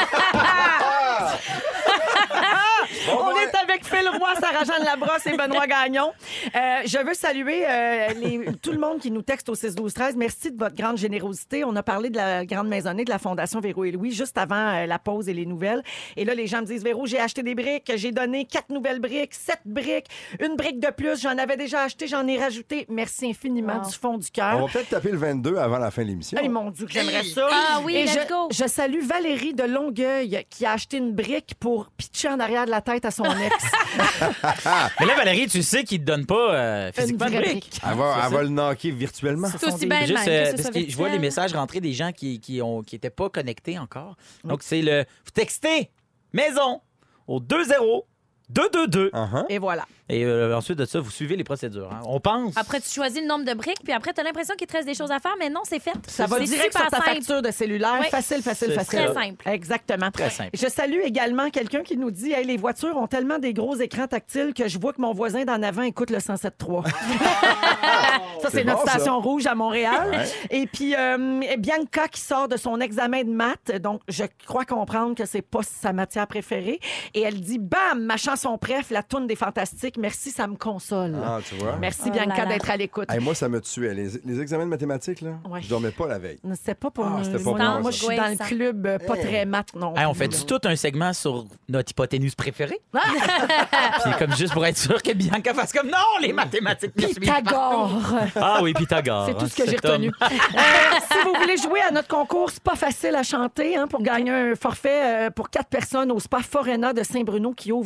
C: Bon,
B: On
C: ouais.
B: est avec Phil Roy, Sarah-Jeanne Labrosse et Benoît Gagnon. Euh, je veux saluer euh, les- tout le monde qui nous texte au six douze treize. Merci de votre grande générosité. On a parlé de la grande maisonnée de la Fondation Véro et Louis juste avant euh, la pause et les nouvelles. Et là, les gens me disent, Véro, j'ai acheté des briques, j'ai donné quatre nouvelles briques, sept briques, une brique de plus. J'en avais déjà acheté, j'en ai rajouté. Merci infiniment
D: Wow.
B: du fond du
C: On
B: cœur.
C: va peut-être taper le vingt-deux avant la fin de l'émission.
B: Hey, mon Dieu, que j'aimerais ça.
D: Ah oui,
B: Et
D: let's
B: je,
D: go.
B: je salue Valérie de Longueuil qui a acheté une brique pour pitcher en arrière de la tête à son ex.
A: Mais là, Valérie, tu sais qu'ils te donnent pas euh, physiquement
B: Une
A: de
B: vraie
A: briques.
B: brique.
C: Elle va,
A: C'est
C: elle
A: ça.
C: va le knocker virtuellement.
D: C'est aussi bien de
A: Juste,
D: même
A: euh,
D: que ce
A: parce
D: soit
A: que je vois les
D: virtuel.
A: messages rentrer des gens qui qui ont qui étaient pas connectés encore. Donc c'est le vous textez maison au deux zéro deux deux deux
C: Uh-huh.
B: Et voilà.
A: et euh, ensuite de ça vous suivez les procédures. hein. On pense.
D: Après, tu choisis le nombre de briques, puis après, tu as l'impression qu'il te reste des choses à faire, mais non, c'est fait.
B: Ça va
D: C'est
B: direct
D: super
B: sur ta
D: simple.
B: facture de cellulaire.
D: Oui.
B: Facile, facile,
A: C'est
B: facile.
D: Très simple.
B: Exactement.
A: Très simple.
B: Je salue également quelqu'un qui nous dit hey, les voitures ont tellement des gros écrans tactiles que je vois que mon voisin d'en avant écoute le cent sept trois. Ça, c'est
C: C'est
B: notre
C: bon, ça.
B: station rouge à Montréal. Et puis, euh, Bianca qui sort de son examen de maths. Donc, je crois comprendre que c'est pas sa matière préférée. Et elle dit bam, ma chanson préf, la toune des Fantastiques. Merci, ça me console.
C: Ah, tu vois.
B: Merci,
D: Oh
B: Bianca,
D: là là.
B: d'être à l'écoute.
C: Hey, moi, ça me tuait. Les, les examens de mathématiques, là,
B: Ouais.
C: je dormais pas la veille.
B: C'était pas pour
C: Ah,
B: moi.
C: c'était pas
B: moi,
C: pour
B: non,
C: moi,
B: moi,
C: ça.
B: je suis dans le
D: Angoissant.
B: club euh, pas très maths, non.
A: Hey, on fait du tout un segment sur notre hypoténuse préférée. Puis comme juste pour être sûr que Bianca fasse comme non, les mathématiques me suivent
B: Pythagore.
A: partout. Ah oui, Pythagore.
B: C'est tout
A: hein,
B: ce que j'ai
A: cet homme.
B: retenu. Euh, si vous voulez jouer à notre concours, c'est pas facile à chanter hein, pour gagner un forfait euh, pour quatre personnes au Spa Forena de Saint-Bruno qui ouvre euh, la semaine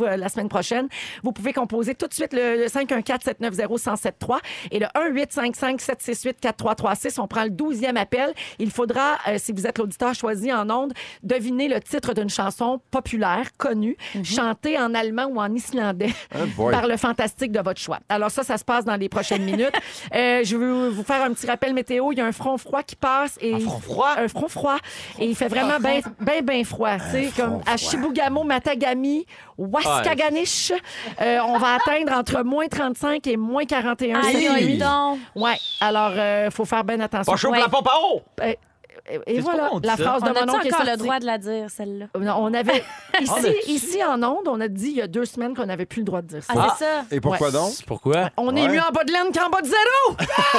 B: semaine prochaine. Vous pouvez composer tout de suite le, le cinq un quatre sept neuf zéro un zéro sept trois et le un huit cinq cinq sept six huit quatre trois trois six. On prend le douzième appel. Il faudra, euh, si vous êtes l'auditeur choisi en ondes, deviner le titre d'une chanson populaire, connue, mm-hmm. chantée en allemand ou en islandais
C: oh
B: par le fantastique de votre choix. Alors ça, ça se passe dans les prochaines minutes. Euh, je veux vous faire un petit rappel météo. Il y a un front froid qui passe. Et
A: un front froid?
B: Un front froid. Et il fait vraiment bien, bien, bien froid. Tu sais, comme à Shibugamo, Matagami, Waskaganish, euh, on va atteindre entre moins trente-cinq et moins quarante et un.
D: Aïe, aïe, donc.
B: Ouais. Alors, il euh, faut faire bien attention.
A: Pas chaud pour la pompe à eau!
B: Euh, Et
A: C'est
B: voilà,
A: on dit
B: la
A: ça?
B: phrase
D: On
B: de
D: a-tu
B: mon oncle est
D: encore
B: sortie.
D: le droit de la dire, celle-là?
B: Non, on avait ici,
A: On a-
B: ici en ondes, on a dit il y a deux semaines qu'on n'avait plus le droit de dire ça.
D: Ah, c'est ça.
C: Et pourquoi
B: Ouais.
C: donc?
A: Pourquoi?
B: On est
C: Ouais.
B: mieux en bas de laine qu'en bas de zéro!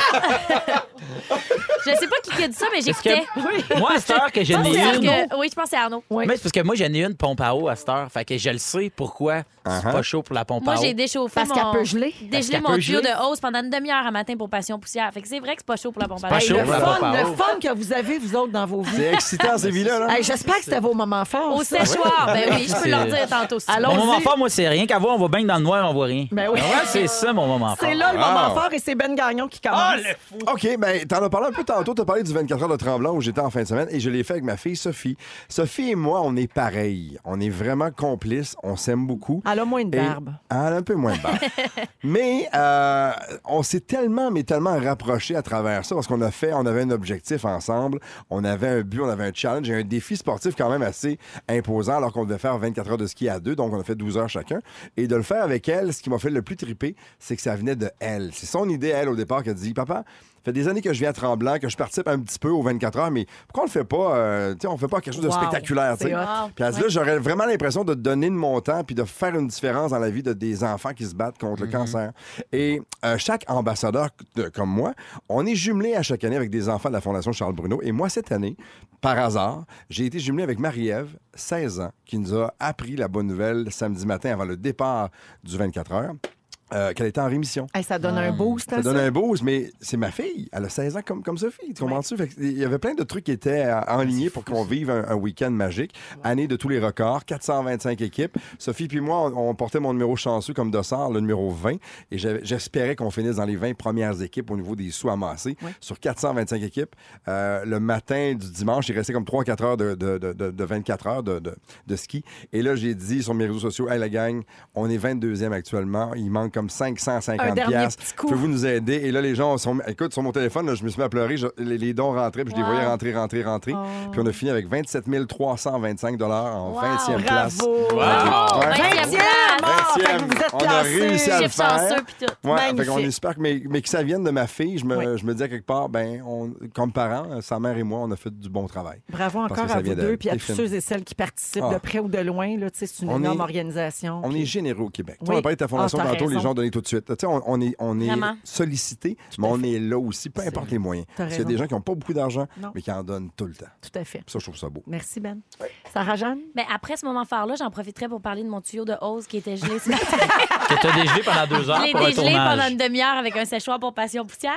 D: Je sais pas qui a dit ça, mais
A: Parce
D: j'écoutais.
A: que moi, à cette heure que j'en ai
D: C'est
A: une...
D: Arnaud. Oui, je pense que c'est Arnaud.
B: Oui.
A: Mais c'est parce que moi, j'en ai une pompe à eau à cette heure. Fait que je le sais pourquoi c'est
C: Uh-huh.
A: pas chaud pour la pompe
D: Moi,
A: à eau.
D: j'ai déchauffé
B: Parce
D: mon...
B: qu'elle peut geler.
A: Parce
D: Dégelé
A: qu'elle
D: mon
A: peut
D: tuyau
A: geler.
D: de hausse pendant une demi-heure à matin pour passion poussière. Fait que c'est vrai que c'est pas chaud pour la pompe à
A: pas
D: eau.
A: chaud
B: le,
A: pour la
B: fun,
A: pompe à
B: le
A: eau.
B: fun que vous avez, vous autres, dans vos vies.
C: C'est excitant, ces vies-là. Là.
B: Hey, j'espère que c'était vos moments forts.
D: Au
B: ça.
D: séchoir. Ben oui, je peux
A: C'est-
D: leur dire tantôt. si tu veux.
B: Allons-y.
A: Mon moment fort, moi, c'est rien qu'à voir. On va bien dans le noir, on voit rien.
B: Ben oui.
A: Ouais, c'est ça, mon moment fort.
B: C'est là le
C: Wow.
B: moment fort et c'est Ben Gagnon qui commence.
A: Ah, le fou!
C: OK, ben t'en as parlé un peu tantôt. T'as parlé du vingt-quatre heures de Tremblant où j'étais en fin de semaine et je l'ai fait avec ma fille Sophie. Sophie et moi, on est pareils. On est vraiment complices. On s'aime beaucoup.
B: Elle a moins de
C: Et-
B: barbe.
C: Elle a un peu moins de barbe. mais euh, on s'est tellement, mais tellement rapprochés à travers ça parce qu'on a fait, on avait un objectif ensemble. On avait un but, on avait un challenge et un défi sportif quand même assez imposant alors qu'on devait faire vingt-quatre heures de ski à deux. Donc, on a fait douze heures chacun. Et de le faire avec elle, ce qui m'a fait le plus triper, c'est que ça venait de elle. C'est son idée, elle, au départ, qui a dit « Papa, ça fait des années que je viens à Tremblant, que je participe un petit peu aux vingt-quatre heures, mais pourquoi on le fait pas, euh, tu sais, on fait pas quelque chose de
B: Wow.
C: spectaculaire, tu sais.
B: C'est hot.
C: Puis elle dit là, j'aurais vraiment l'impression de donner de mon temps puis de faire une différence dans la vie de des enfants qui se battent contre le cancer. Et euh, chaque ambassadeur de- comme moi, on est jumelé à chaque année avec des enfants de la Fondation Charles Bruno. Et moi, cette année, par hasard, j'ai été jumelé avec Marie-Ève, seize ans, qui nous a appris la bonne nouvelle samedi matin avant le départ du vingt-quatre heures. Euh, qu'elle était en rémission.
B: Hey, ça donne un boost.
C: Ça
B: hein,
C: donne un boost, mais c'est ma fille. Elle a seize ans comme, comme Sophie. Tu comprends-tu? Fait que il y avait plein de trucs qui étaient euh, enlignés pour qu'on vive un, un week-end magique. Année de tous les records, quatre cent vingt-cinq équipes. Sophie puis moi, on, on portait mon numéro chanceux comme dossard, le numéro vingt. Et j'avais- j'espérais qu'on finisse dans les vingt premières équipes au niveau des sous amassés.
B: Oui.
C: Sur quatre cent vingt-cinq équipes, euh, le matin du dimanche, il restait comme trois à quatre heures de, de, de, de- de vingt-quatre heures de, de, de ski. Et là, j'ai dit sur mes réseaux sociaux, « Hey, la gang, on est vingt-deuxième actuellement. Il manque comme cinq cent cinquante
B: Un dernier
C: piastres.
B: petit coup.
C: Pouvez-vous nous aider? » Et là, les gens sont... Écoute, sur mon téléphone, là, je me suis mis à pleurer. Je- Les, les dons rentraient, puis je les
D: Wow.
C: voyais rentrer, rentrer, rentrer. Puis on a fini avec vingt-sept mille trois cent vingt-cinq dollars en
D: Wow.
C: vingtième place.
B: Bravo!
A: Wow.
C: Ouais.
D: vingtième
B: vingtième!
D: place.
B: Ah, fait que
C: vingtième.
B: vous êtes
C: On a
B: classés.
C: réussi à le
D: Chiffre chanceux
C: faire.
D: puis tout.
C: Ouais, fait qu'on
B: Magnifique.
C: espère que, mais, mais que ça vienne de ma fille. Je me,
B: Oui.
C: je me dis à quelque part, ben, on, comme parents, sa mère et moi, on a fait du bon travail.
B: Bravo
C: Parce
B: encore
C: que ça
B: à
C: vient
B: vous
C: d'elle.
B: deux, puis à
C: C'est
B: tous
C: fine.
B: ceux et celles qui participent
C: Ah.
B: de près ou de loin. Là, tu sais, c'est une
C: On
B: énorme
C: est-
B: organisation.
C: On
B: puis-
C: est généreux au Québec. Tu sais,
B: Oui.
C: On a parlé de ta fondation
B: Ah, t'as
C: tantôt, les
B: raison.
C: gens donnaient tout de suite. Tu sais, on, on est, on est
D: Vraiment.
C: sollicité, mais on est là aussi, peu importe les moyens.
B: T'as
C: Parce qu'il y a
B: raison.
C: des gens qui n'ont pas beaucoup d'argent,
B: Non.
C: mais qui en donnent tout le temps.
B: Tout à fait.
C: Ça, je trouve ça beau.
B: Merci, Ben. Sarah-Jeanne?
D: Ben, après ce moment fort-là, j'en profiterai pour parler de mon tuyau de hausse qui était gelé ce matin.
A: Que t'as dégelé pendant deux heures
D: Je l'ai
A: pour un
D: dégelé
A: tournage.
D: pendant une demi-heure avec un séchoir pour passion poussière.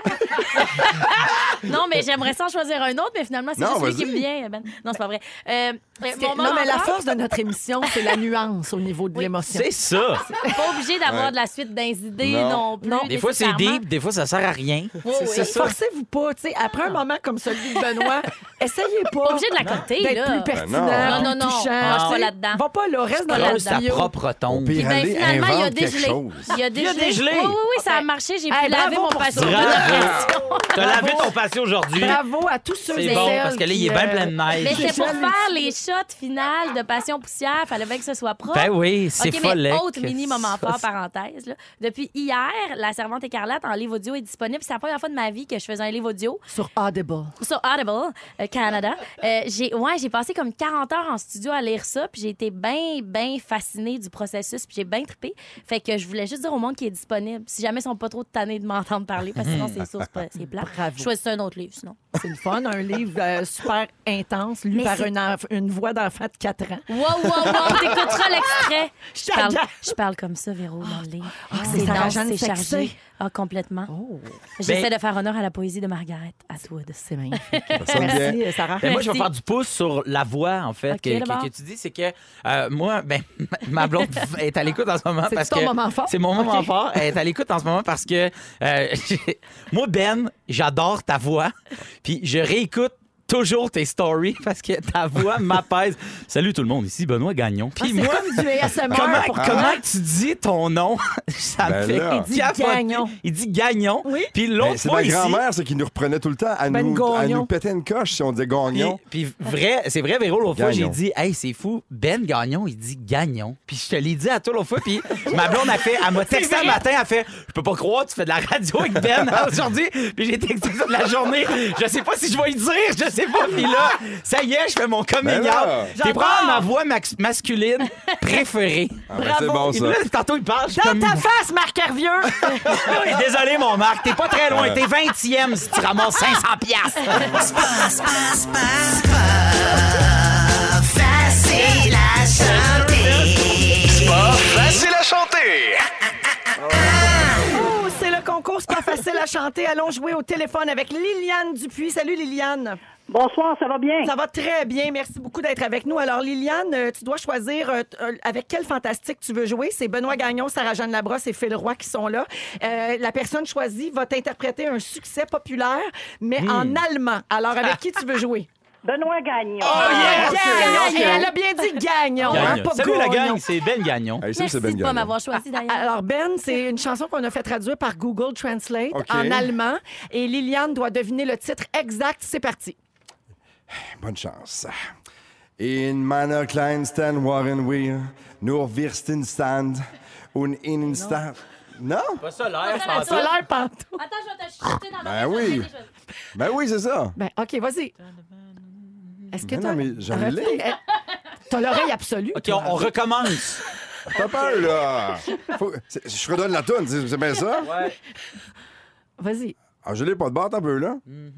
D: non, mais j'aimerais ça en choisir un autre, mais finalement, c'est
C: Non,
D: juste lui
C: vas-y.
D: qui me vient. Ben. Non, c'est pas vrai. Euh, euh,
B: Parce que-
D: mon
B: non,
D: moment
B: mais la
D: fort,
B: force de notre émission, c'est la nuance au niveau de l'émotion.
A: C'est ça.
D: pas obligé d'avoir
C: Ouais.
D: de la suite d'idées
C: Non.
D: non plus.
B: Non.
A: Des fois, c'est
D: nécessairement.
A: deep, des fois, ça sert à rien.
D: Oui,
A: C'est
D: oui.
A: c'est ça.
B: Forcez-vous pas, tu sais, après un moment comme celui de Benoît, essayez pas.
D: Pas obligé de la compter,
B: d'être
D: là.
B: plus pertinent,
C: Ben
D: non.
B: plus
D: Non, non,
B: touchant.
D: non, je suis pas
B: Tu sais,
D: là-dedans.
B: Va pas là, reste dans
A: Creuse
B: la
A: ta
B: bio.
A: propre tombe.
C: Puis
D: Puis ben,
C: Allez,
D: finalement, il a
C: invente quelque
D: dégelé.
C: chose.
D: Il a dégelé.
A: dégelé.
D: Oui, oui, oui, ça a marché. J'ai
B: Hey,
D: pu laver
B: bravo
D: mon
B: pour
D: patio.
B: ça.
A: Bravo. T'as lavé ton passé aujourd'hui.
B: Bravo à tous ceux
A: C'est
B: et
A: bon,
B: celles
A: parce que là, il
B: qui,
A: est bien
B: euh,
A: plein de
D: Mais
A: neige.
D: c'est pour
B: Jamais
D: faire les shots finales de Passion Poussière. Fallait bien que ce soit propre.
A: Ben oui, c'est
D: OK,
A: folle.
D: mais autre mini moment fort, parenthèse. Là. Depuis hier, La Servante écarlate en livre audio est disponible. C'est la première fois de ma vie que je faisais un livre audio
B: Sur Audible.
D: sur Audible, euh, Canada. Euh, j'ai, ouais, j'ai passé comme quarante heures en studio à lire ça, puis j'ai été bien, bien fascinée du processus, puis j'ai bien trippé. Fait que je voulais juste dire au monde qu'il est disponible. Si jamais ils sont pas trop tannés de m'entendre parler, parce que sinon, c'est ça, c'est pas- c'est plat.
B: Bravo.
D: Choisissez un autre livre, sinon.
B: C'est le fun, un livre euh, super intense, lu
D: Mais
B: par
D: c'est-
B: une, enf- une voix d'enfant de quatre ans.
D: Wow, wow, wow, t'écouteras l'extrait. Je parle,
B: t'agace.
D: je parle comme ça, Véro, dans le livre.
B: Ah, c'est
D: dense,
B: Sarah-Jeanne
D: c'est
B: sexy.
D: chargé. Ah, complètement.
B: Oh.
D: J'essaie
A: Ben-
D: de faire honneur à la poésie de Margaret Atwood.
B: C'est magnifique.
C: Ça sonne bien.
B: Merci, Sarah.
A: Ben, moi, je vais
D: Merci.
A: faire du pouce sur la voix, en fait,
D: Ok,
A: que, que-
D: d'abord.
A: que tu dis. C'est que euh, moi, ben, ma blonde est à l'écoute en ce moment.
B: C'est
A: parce
B: ton
A: que
B: moment fort?
A: C'est mon moment
B: Ok.
A: fort. Elle est à l'écoute en ce moment parce que euh, moi, Ben, j'adore ta voix. Puis je réécoute toujours tes stories parce que ta voix m'apaise. Salut tout le monde, ici Benoît Gagnon.
B: Ah,
A: Puis
B: c'est
A: moi,
B: comme du A S M R
A: comment,
B: pour
A: comment
B: toi.
A: tu dis ton nom? Ça
C: Ben
A: me fait
C: là.
B: Il dit
A: capoter.
B: Gagnon.
A: Il dit Gagnon.
B: Oui.
A: Puis
C: Ben,
A: l'autre
C: c'est
A: fois
C: ma
A: ici...
C: grand-mère, ça, qui nous reprenait tout le temps à,
B: Ben
C: nous, à
B: Gagnon.
C: nous péter une coche si on disait
A: Puis,
C: Gagnon.
A: puis vrai, c'est vrai, Véro, l'autre fois, j'ai
C: Gagnon.
A: dit, hey, c'est fou, Ben Gagnon, il dit Gagnon. Puis je te l'ai dit à toi l'autre fois, puis ma blonde a fait, elle m'a texté un matin, elle a fait, je peux pas croire, tu fais de la radio avec Ben aujourd'hui. Puis j'ai texté toute la journée, je sais pas si je vais y dire, je sais pas. Puis là, ça y est, je fais mon coming
C: Ben là.
A: out. T'es probablement ma voix max- masculine préférée.
C: Ah, ben, c'est bon,
A: Puis
C: ça.
A: là, tantôt, il parle, je suis
B: Dans
A: comme...
B: ta face, Marc Hervieux!
A: Oui, désolé, mon Marc, t'es pas très loin, t'es vingtième si tu ramasses cinq cents piastres.
L: Facile à chanter.
M: C'est pas facile à chanter.
B: Oh, c'est le concours, c'est pas facile à chanter. Allons jouer au téléphone avec Liliane Dupuis. Salut, Liliane.
K: Bonsoir, ça va bien?
B: Ça va très bien. Merci beaucoup d'être avec nous. Alors, Liliane, euh, tu dois choisir euh, t- euh, avec quel fantastique tu veux jouer. C'est Benoît Gagnon, Sarah-Jeanne Labrosse et Phil Roy qui sont là. Euh, la personne choisie va t'interpréter un succès populaire, mais en allemand. Alors, avec qui tu veux jouer?
K: Benoît Gagnon.
A: Oh, yes!
B: Gagnon.
A: Ok.
B: Et elle a bien dit Gagnon, hein,
A: Gagnon.
B: pas
A: Salut la
B: Gagnon.
A: gang, c'est Ben Gagnon.
C: Hey, ça,
D: Merci
C: c'est Ben
D: de pas
C: Gagnon.
D: m'avoir choisi d'ailleurs.
B: Alors, Ben, c'est une chanson qu'on a fait traduire par Google Translate
C: OK.
B: en allemand. Et Liliane doit deviner le titre exact. C'est parti.
C: Bonne chance. In meiner Kleinstadt waren wir nur Wirstenstand und Innenstadt. Non?
A: Pas ça l'air,
D: Ça,
B: Ça a l'air pantoute.
D: Attends, je vais te chuter dans
C: Ben oui. Ben oui, c'est ça.
B: Ben, OK, vas-y. Est-ce que
C: Mais
B: t'as...
C: non, mais je
B: Arrête-
C: l'ai.
B: Eh, T'as l'oreille absolue.
A: OK,
B: toi.
A: on, on recommence.
C: T'as peur, là. Faut- c'est- Je redonne la toune, c'est c'est bien ça?
A: Ouais.
B: Vas-y.
C: Ah, je l'ai pas de barre un peu, là.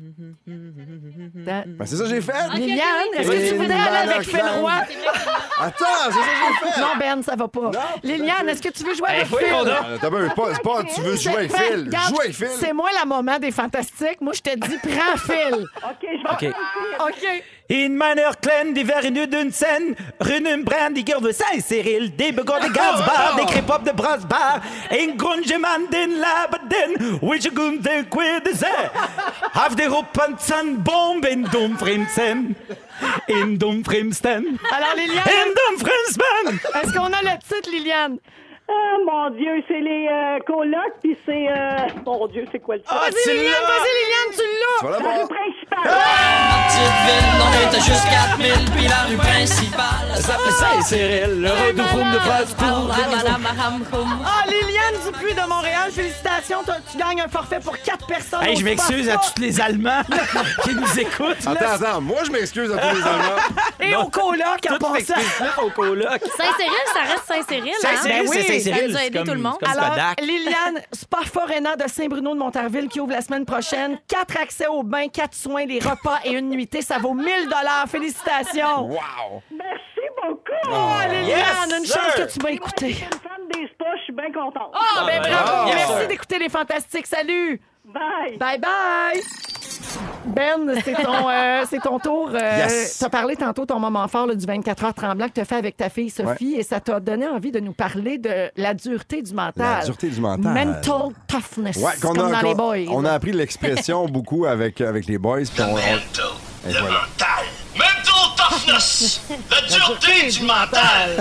B: Da-
C: Ben, c'est ça que j'ai fait.
B: Liliane, est-ce que
C: oui.
B: tu voudrais aller avec
C: Liliane
B: Phil Roy?
C: Attends, c'est ça que j'ai fait.
B: Non, Ben, ça va pas. Liliane, est-ce que tu veux jouer
A: Eh,
B: avec
A: voyons
B: Phil?
A: donc.
C: Ah, T'as peur, pas, c'est pas tu veux jouer avec
B: Ben,
C: Phil.
B: regarde,
C: Joue avec Phil.
B: C'est moi le moment des fantastiques. Moi, je te dis, prends Phil.
K: OK, je vais...
A: OK.
B: OK.
A: In meiner kleinen, die wären nu den Sen, Rünnen brand, die Gürtel sei Cyril, die begon de Gansbar, die Kripop de Brasbar, in Grungeman den Laberden, which gun de quid ze, have de Ruppanzan bomb in Dumfrimsen, in Dumfrimsten,
B: Alors, Liliane,
A: in Dumfrimsen.
B: est-ce qu'on a le titre, Liliane?
K: Ah, mon Dieu, c'est les euh, colocs, puis c'est... Euh... Mon Dieu, c'est quoi le titre?
A: Ah,
B: Vas-y,
A: tu
B: Liliane,
A: l'as.
B: vas-y, Liliane, tu
C: Tu vas
B: l'as.
C: la
K: La rue
C: voir.
K: principale.
L: Petite ville, on était juste quatre mille, puis la rue principale.
A: Ça fait ça, Cyril, le retour de Brascourt.
B: Ah, Liliane Dupuis de Montréal, félicitations. Toi, tu gagnes un forfait pour quatre personnes.
A: Hey,
B: au
A: je m'excuse à
B: Sparta
A: tous les Allemands qui nous écoutent.
C: Attends, attends, moi je m'excuse à tous les Allemands.
B: Et au coloc, en
A: Tout
B: passant.
A: m'excuse plus au coloc.
D: Saint-Cyril, ça reste Saint-Cyril. hein?
A: Saint-Cyril,
B: Ben oui,
A: c'est Saint-Cyril.
D: ça a
A: c'est
D: aidé
A: comme-
D: tout le monde.
A: c'est comme
B: Alors,
A: Kodak.
B: Liliane, Spa Forena de Saint-Bruno de Montarville qui ouvre la semaine prochaine. Quatre accès aux bains, quatre soins, les repas et une nuitée. Ça vaut mille dollars. Félicitations.
C: Wow!
K: Merci beaucoup.
B: Oh, Liliane,
A: Yes,
B: une
A: sir.
B: chance que tu m'as
K: Moi,
B: écouté.
K: je suis une fan des spas, je suis bien contente.
B: Ah, ben
A: ben,
B: bravo.
A: ah, yes,
B: Merci
A: sir.
B: d'écouter les Fantastiques. Salut.
K: Bye.
B: Bye bye. Ben, c'est ton, euh, c'est ton tour. Euh,
C: Yes.
B: Tu as parlé tantôt ton moment fort là, du vingt-quatre heures tremblant que tu as fait avec ta fille Sophie et ça t'a donné envie de nous parler de la dureté du mental.
C: La dureté du mental.
B: Mental toughness,
C: Ouais, qu'on
B: comme
C: a,
B: dans
C: qu'on-
B: les boys.
C: on a appris l'expression beaucoup avec, avec les boys. Puis on, on- et
M: Le
C: voilà.
M: mental. Mental toughness. La dureté du mental.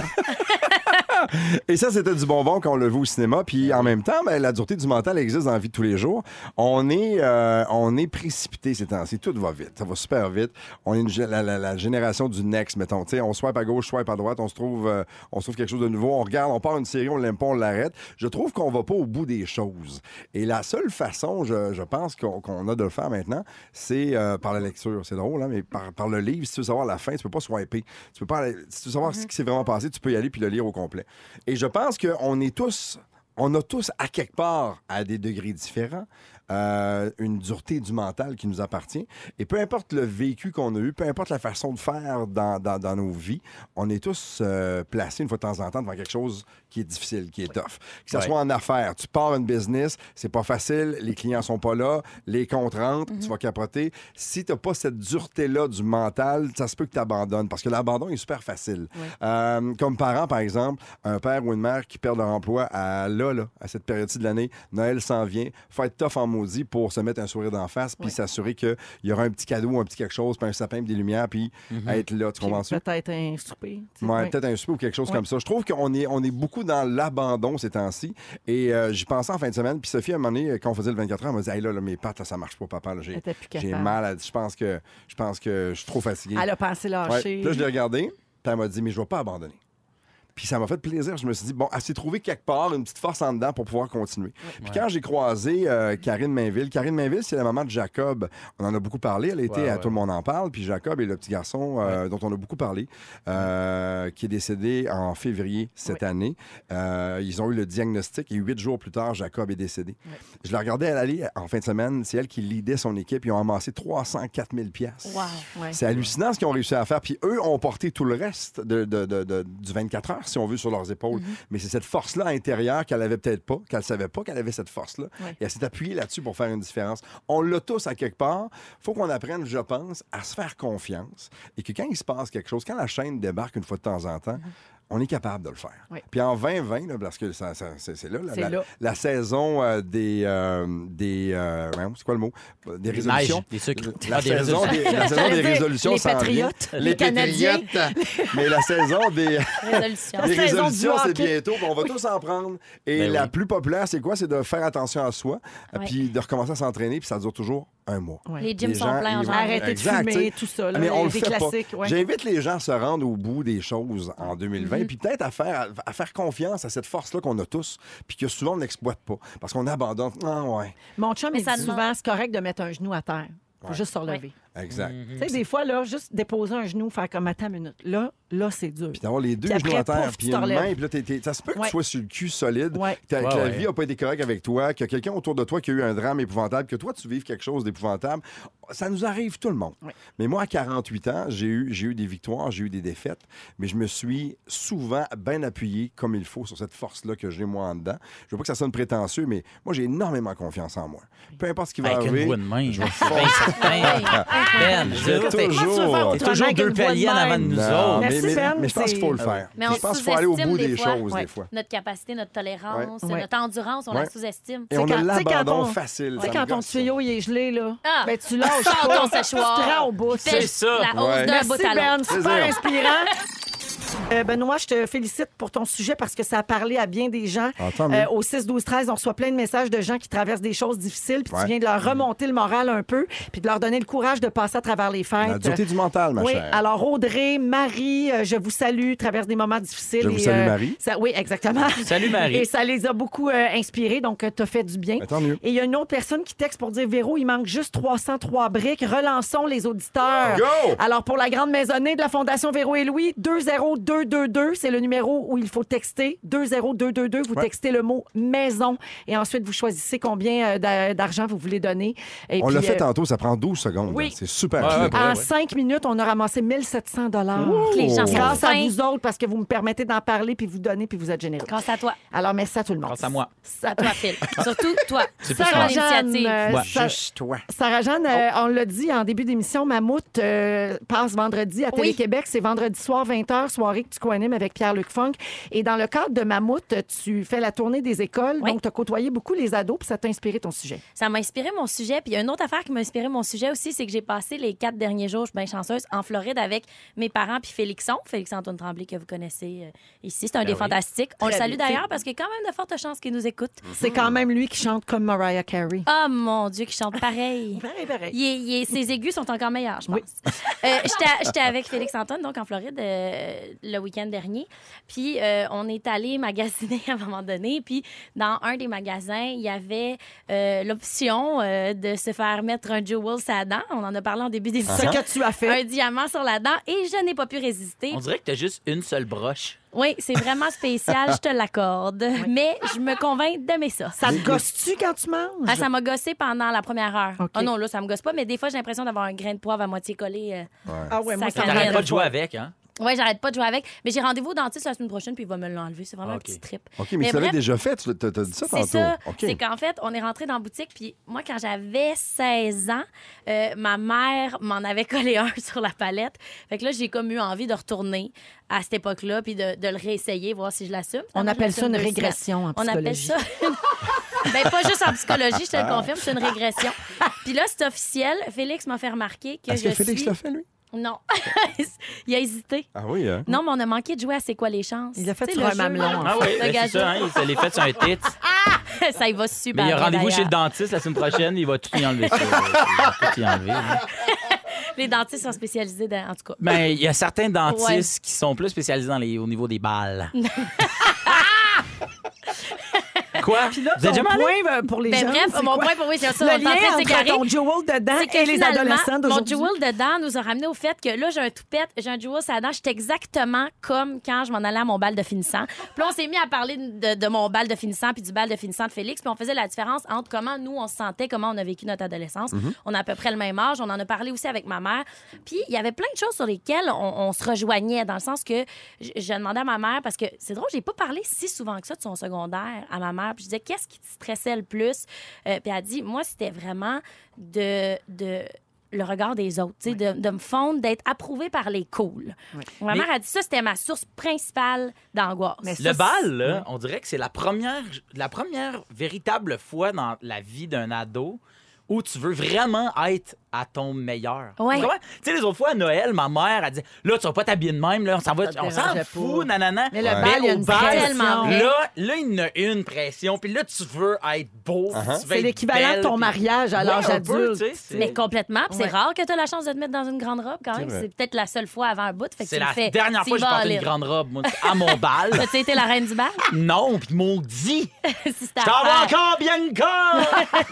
C: Et ça, c'était du bonbon quand on le vu au cinéma. Puis en même temps, ben, la dureté du mental existe dans la vie de tous les jours. On est, euh, on est précipité ces temps-ci. Tout va vite. Ça va super vite. On est une gé- la, la- la génération du next, mettons. Tu sais, on swipe à gauche, swipe à droite. On se trouve, euh, on se trouve quelque chose de nouveau. On regarde, on part une série, on l'aime pas, on l'arrête. Je trouve qu'on va pas au bout des choses. Et la seule façon, je, je pense, qu'on qu'on a de le faire maintenant, c'est euh, par la lecture. C'est drôle, hein, mais par, par le livre. Si tu veux savoir la fin, tu peux pas swiper. Tu peux pas aller- si tu veux savoir ce qui s'est vraiment passé, tu peux y aller puis le lire au complet. Et je pense qu'on est tous, on a tous à quelque part, à des degrés différents, euh, une dureté du mental qui nous appartient. Et peu importe le vécu qu'on a eu, peu importe la façon de faire dans, dans, dans nos vies, on est tous euh, placés une fois de temps en temps devant quelque chose qui est difficile, qui est tough. Que ce
A: Ouais.
C: soit en affaires, tu pars une business, c'est pas facile, les clients sont pas là, les comptes rentrent,
B: Mm-hmm.
C: tu vas capoter. Si t'as pas cette dureté-là du mental, ça se peut que tu abandonnes parce que l'abandon est super facile.
B: Ouais.
C: Euh, comme parent, par exemple, un père ou une mère qui perd leur emploi à là, là, à cette période-ci de l'année, Noël s'en vient, faut être tough en maudit pour se mettre un sourire d'en face puis
B: Ouais.
C: s'assurer qu'il y aura un petit cadeau, un petit quelque chose, puis un sapin, puis des lumières, puis être là. Tu
B: Puis
C: comprends-tu?
B: peut-être un souper. tu sais,
C: Ouais,
B: ouais.
C: peut-être un souper ou quelque chose
B: Ouais.
C: comme ça. Je trouve qu'on est, on est beaucoup dans l'abandon ces temps-ci. Et euh, j'y pensais en fin de semaine. Puis Sophie, à un moment donné, quand on faisait le vingt-quatre heures, elle m'a dit hey, là, là, mes pattes, là, ça marche pas, papa. Là, j'ai,
B: Elle était plus
C: j'ai
B: capable.
C: mal. Elle dit, Je pense que je pense que je suis trop fatigué.
B: Elle a pensé
C: Ouais.
B: lâcher.
C: Puis là, je l'ai regardé. Puis elle m'a dit mais je vais pas abandonner. Puis ça m'a fait plaisir. Je me suis dit, bon, elle s'est trouvée quelque part une petite force en dedans pour pouvoir continuer. Puis quand j'ai croisé euh, Karine Mainville, Karine Mainville, c'est la maman de Jacob. On en a beaucoup parlé. Elle a été
A: Ouais,
C: à
A: ouais.
C: Tout le monde en parle. Puis Jacob est le petit garçon euh, dont on a beaucoup parlé, euh, qui est décédé en février cette année. Euh, ils ont eu le diagnostic et huit jours plus tard, Jacob est décédé. Je la regardais elle aller en fin de semaine. C'est elle qui leadait son équipe. Ils ont amassé trois cent quatre mille piastres.
D: Wow.
B: Ouais.
C: C'est hallucinant ce qu'ils ont réussi à faire. Puis eux ont porté tout le reste de, de- de- de- du vingt-quatre heures, si on veut, sur leurs épaules. Mais c'est cette force-là intérieure qu'elle avait peut-être pas, qu'elle savait pas qu'elle avait cette force-là.
B: Ouais.
C: Et elle s'est appuyée là-dessus pour faire une différence. On l'a tous à quelque part. faut qu'on apprenne, je pense, à se faire confiance. Et que quand il se passe quelque chose, quand la chaîne débarque une fois de temps en temps, on est capable de le faire.
B: Oui.
C: Puis en vingt vingt, là, parce que ça, ça- c'est, c'est là, la,
B: C'est
C: la-
B: là.
C: la saison euh, des... euh, des euh, voyons, c'est quoi le mot? Des
A: Des
C: résolutions.
A: neiges, des sucres.
C: La
A: Ah, des
C: saison des,
A: résolutions.
C: la saison des
B: J'allais dire,
C: résolutions
B: les
C: s'en vient.
B: patriotes, les
C: Les
B: Canadiens.
C: patriotes. Mais la saison des...
D: Résolution.
C: Les
B: saison du
C: résolutions, c'est
B: hockey.
C: bientôt, puis on va tous en prendre. Et
A: Ben
C: la
A: oui.
C: plus populaire, c'est quoi? C'est de faire attention à soi,
D: Ouais.
C: puis de recommencer à s'entraîner, puis ça dure toujours un mois.
B: Ouais.
D: Les gyms
C: Les
D: sont
C: gens,
D: pleins en
C: ils vont-
D: janvier.
B: Arrêtez
C: Exact,
B: de
C: tu
B: fumer,
C: sais.
B: tout ça. Là,
C: Mais on le
B: les
C: fait pas.
B: classiques. Ouais.
C: J'invite les gens à se rendre au bout des choses en deux mille vingt,
B: Mm-hmm.
C: puis peut-être à faire, à faire confiance à cette force-là qu'on a tous, puis que souvent on n'exploite pas, parce qu'on abandonne. Ah ouais,
B: Mon chum,
D: Mais
B: il
D: ça
B: dit
D: demande-
B: souvent, c'est correct de mettre un genou à terre. Faut
C: Ouais.
B: juste se relever.
C: exact.
B: Tu sais, des fois, là, juste déposer un genou, faire comme attends une minute. Là, là, c'est dur.
C: Puis d'avoir les deux
B: Puis
C: genoux
B: après,
C: à terre,
B: pouf,
C: puis
B: tu te
C: une
B: relèves.
C: main, puis là, t'es- t'es- ça se peut que
B: Ouais.
C: tu sois sur le cul solide,
B: Ouais.
C: que, que
A: Ouais,
C: la
A: ouais.
C: vie n'a pas été correcte avec toi, qu'il y a quelqu'un autour de toi qui a eu un drame épouvantable, que toi, tu vives quelque chose d'épouvantable. Ça nous arrive tout le monde.
B: Ouais.
C: Mais moi, à quarante-huit ans, j'ai eu, j'ai eu des victoires, j'ai eu des défaites, mais je me suis souvent bien appuyé comme il faut sur cette force-là que j'ai moi en dedans. Je veux pas que ça sonne prétentieux, mais moi, j'ai énormément confiance en moi. Peu importe ce qui va
A: Avec
C: arriver.
A: une voix de main.
C: je vais
A: C'est bien certain. Ben, je veux dire,
C: Toujours.
A: t'es-
B: Comment tu veux faire
C: T'es
B: autrement
A: toujours
B: avec
A: deux
B: une voix de
A: paliers en
B: même?
A: avant de nous
C: Non,
A: autres.
C: mais,
B: Merci,
C: mais-
B: Ben,
C: mais je pense
B: c'est-
C: qu'il faut le faire.
D: Mais
C: Puis
D: on
C: je pense qu'il faut aller au
D: sous-estime
C: bout
D: des
C: des
D: fois.
C: choses,
B: Ouais.
C: des fois.
D: Notre capacité, notre tolérance,
B: Ouais.
D: notre endurance, on
C: Ouais.
D: la sous-estime.
C: Et on
B: quand-
C: a
B: tu sais, quand
C: l'abandon
B: on-
C: facile.
B: Tu sais,
C: ça
B: quand
C: me
B: ton
C: gosse, ça.
B: tuyau il est gelé, là,
D: Ah!
B: ben, tu lâches
D: Sors
B: pas.
D: ton séchoir.
B: Tu te rends au bout.
D: Fais
A: C'est ça.
D: la hausse
C: Ouais.
D: d'un
B: Merci,
D: bout à
B: Ben.
D: l'autre.
B: Super
C: Plaisir.
B: inspirant. Euh, Benoît, je te félicite pour ton sujet parce que ça a parlé à bien des gens.
C: Ah, tant mieux.
B: Euh, au six douze treize, on reçoit plein de messages de gens qui traversent des choses difficiles, puis
C: Ouais.
B: tu viens de leur remonter le moral un peu, puis de leur donner le courage de passer à travers les fêtes.
C: La dureté du mental, ma
B: oui,
C: chère.
B: alors Audrey, Marie, euh, je vous salue, traverse des moments difficiles.
C: Je vous
B: et,
C: salue,
B: euh,
C: Marie.
B: ça- oui, exactement.
A: Salut, Marie.
B: Et ça les a beaucoup euh, inspirés, donc tu as fait du bien.
C: Ben, tant mieux.
B: Et il y a une autre personne qui texte pour dire Véro, il manque juste trois cent trois briques. Relançons les auditeurs.
C: Go!
B: Alors, pour la grande maisonnée de la Fondation Véro et Louis, deux zéro deux deux deux, c'est le numéro où il faut texter. deux zéro deux deux deux, vous
C: Ouais.
B: textez le mot maison et ensuite vous choisissez combien euh, d'a- d'argent vous voulez donner. Et
C: On
B: puis,
C: l'a fait
B: euh,
C: tantôt, ça prend douze secondes.
B: oui.
C: là. C'est super.
A: Ouais,
C: cute.
A: ouais, pour
B: en
A: vrai, ouais.
B: cinq minutes, on a ramassé mille sept cents dollars.
D: Les gens sont
B: Grâce à
D: fins.
B: vous autres, parce que vous me permettez d'en parler, puis vous donnez, puis vous êtes généreux.
D: Grâce à toi.
B: Alors, merci à tout le monde.
A: Grâce à moi.
D: À toi, Phil. Surtout toi.
A: C'est plus
B: Sarah
A: moi.
B: Jeanne,
D: Initiative.
B: euh,
A: Ouais.
B: Sa-
C: Juste toi.
B: Sarah-Jeanne, euh, on l'a dit en début d'émission, Mammouth euh, passe vendredi à
D: Oui.
B: Télé-Québec. C'est vendredi soir, vingt heures, soirée que tu co-animes avec Pierre-Luc Funk. Et dans le cadre de Mammouth, tu fais la tournée des écoles.
D: Oui.
B: Donc, tu as côtoyé beaucoup les ados, puis ça t'a inspiré ton sujet.
D: Ça m'a inspiré mon sujet. Puis il y a une autre affaire qui m'a inspiré mon sujet aussi, c'est que j'ai passé les quatre derniers jours, je suis bien chanceuse, en Floride avec mes parents puis Félixon. Félix-Antoine Tremblay que vous connaissez euh, ici. C'est un
A: Ben
D: des
A: oui.
D: fantastiques. On
B: Très
D: le salue
B: bien.
D: d'ailleurs parce qu'il y a quand même de fortes chances qu'il nous écoute.
B: C'est quand même lui qui chante comme Mariah Carey.
D: Oh mon Dieu, qui chante pareil.
B: Pareil, pareil.
D: Il est- il est- ses aigus sont encore meilleurs, je pense. Euh, J'étais j'étais avec Félix-Antoine, donc en Floride, euh, le le week-end dernier. Puis euh, on est allé magasiner à un moment donné. Puis dans un des magasins, il y avait euh, l'option euh, de se faire mettre un jewel sur la dent. On en a parlé en début d'émission.
B: Ce que tu as fait.
D: Un diamant sur la dent et je n'ai pas pu résister.
A: On dirait que t'as juste une seule broche.
D: Oui, c'est vraiment spécial, je te l'accorde. Oui. Mais je me convainc d'aimer ça.
B: Ça te gosse-tu quand tu manges?
D: Ah, ça m'a gossé pendant la première heure.
B: Okay.
D: Oh non, là, ça me gosse pas, mais des fois, j'ai l'impression d'avoir un grain de poivre à moitié collé. Euh,
B: ouais. Ah ouais, moi, ça
A: t'arrêtes pas de jouer avec, hein?
D: Oui, j'arrête pas de jouer avec. Mais j'ai rendez-vous au dentiste la semaine prochaine, puis il va me l'enlever. C'est vraiment okay. un petit trip.
C: OK, mais, mais tu l'avais déjà fait. Tu as dit ça tantôt.
D: C'est ça.
C: Okay.
D: C'est qu'en fait, on est rentré dans la boutique, puis moi, quand j'avais seize ans, euh, ma mère m'en avait collé un sur la palette. Fait que là, j'ai comme eu envie de retourner à cette époque-là, puis de, de le réessayer, voir si je l'assume.
B: On ça, appelle ça une régression en psychologie.
D: On appelle ça... ben pas juste en psychologie, je te le confirme, c'est une régression. Puis là, c'est officiel. Félix m'a fait remarquer que
C: Est-ce
D: je
C: que Félix
D: suis...
C: l'a fait, lui?
D: Non. Il a hésité.
C: Ah oui, hein?
D: Non, mais on a manqué de jouer à C'est quoi les chances?
B: Il a fait sur un mamelon.
A: Ah oui, ben c'est ça, hein? Il s'est fait sur un titre.
D: Ah! Ça y va super
A: Mais il a
D: bien,
A: rendez-vous
D: d'ailleurs.
A: chez le dentiste la semaine prochaine, il va tout y enlever ça. Il va tout y enlever. Hein.
D: Les dentistes sont spécialisés dans... En tout cas.
A: Ben, il y a certains dentistes ouais. qui sont plus spécialisés dans les... au niveau des balles. Quoi?
B: Puis là,
A: vous êtes jamais
B: point pour les
D: ben
B: gens,
D: bref, mon
B: quoi?
D: point pour oui, c'est ça.
B: Le
D: on
B: lien entre ton jewel dedans et les adolescents d'aujourd'hui.
D: Mon jewel dedans nous a ramené au fait que là, j'ai un toupette, j'ai un jewel sur la dent. J'étais exactement comme quand je m'en allais à mon bal de finissant. Puis là, on s'est mis à parler de, de mon bal de finissant puis du bal de finissant de Félix. Puis on faisait la différence entre comment nous, on se sentait, comment on a vécu notre adolescence. Mm-hmm. On a à peu près le même âge. On en a parlé aussi avec ma mère. Puis il y avait plein de choses sur lesquelles on, on se rejoignait, dans le sens que je, je demandais à ma mère, parce que c'est drôle, j'ai pas parlé si souvent que ça de son secondaire à ma mère. Puis je disais, qu'est-ce qui te stressait le plus? Euh, puis elle a dit, moi, c'était vraiment de... de le regard des autres, oui. de, de me fondre, d'être approuvée par les cools. Oui. Ma mère
A: Mais...
D: a dit ça, c'était ma source principale d'angoisse.
A: Mais le bal, là, on dirait que c'est la première, la première véritable fois dans la vie d'un ado où tu veux vraiment être à ton meilleur.
D: Ouais.
A: Tu sais, les autres fois, à Noël, ma mère, elle dit là, tu vas pas t'habiller de même, là, on s'en va, on s'en fout, nanana.
B: Mais le bal, il y a une
D: pression.
A: Là, là, il y en a une pression, puis là, tu veux être beau.
B: Uh-huh. C'est l'équivalent de ton
A: pis...
B: mariage à l'âge ouais, adulte.
A: Peu, c'est...
D: Mais complètement. Puis
B: ouais.
D: c'est rare que tu as la chance de te mettre dans une grande robe, quand même. C'est, c'est peut-être la seule fois avant un bout. Fait que
A: c'est
D: tu
A: la
D: le fais.
A: dernière fois que je portais une grande robe, moi, à mon bal.
D: As-tu été la reine du bal?
A: Non, puis mon dit.
D: Si
A: je t'en vais encore, Bianca!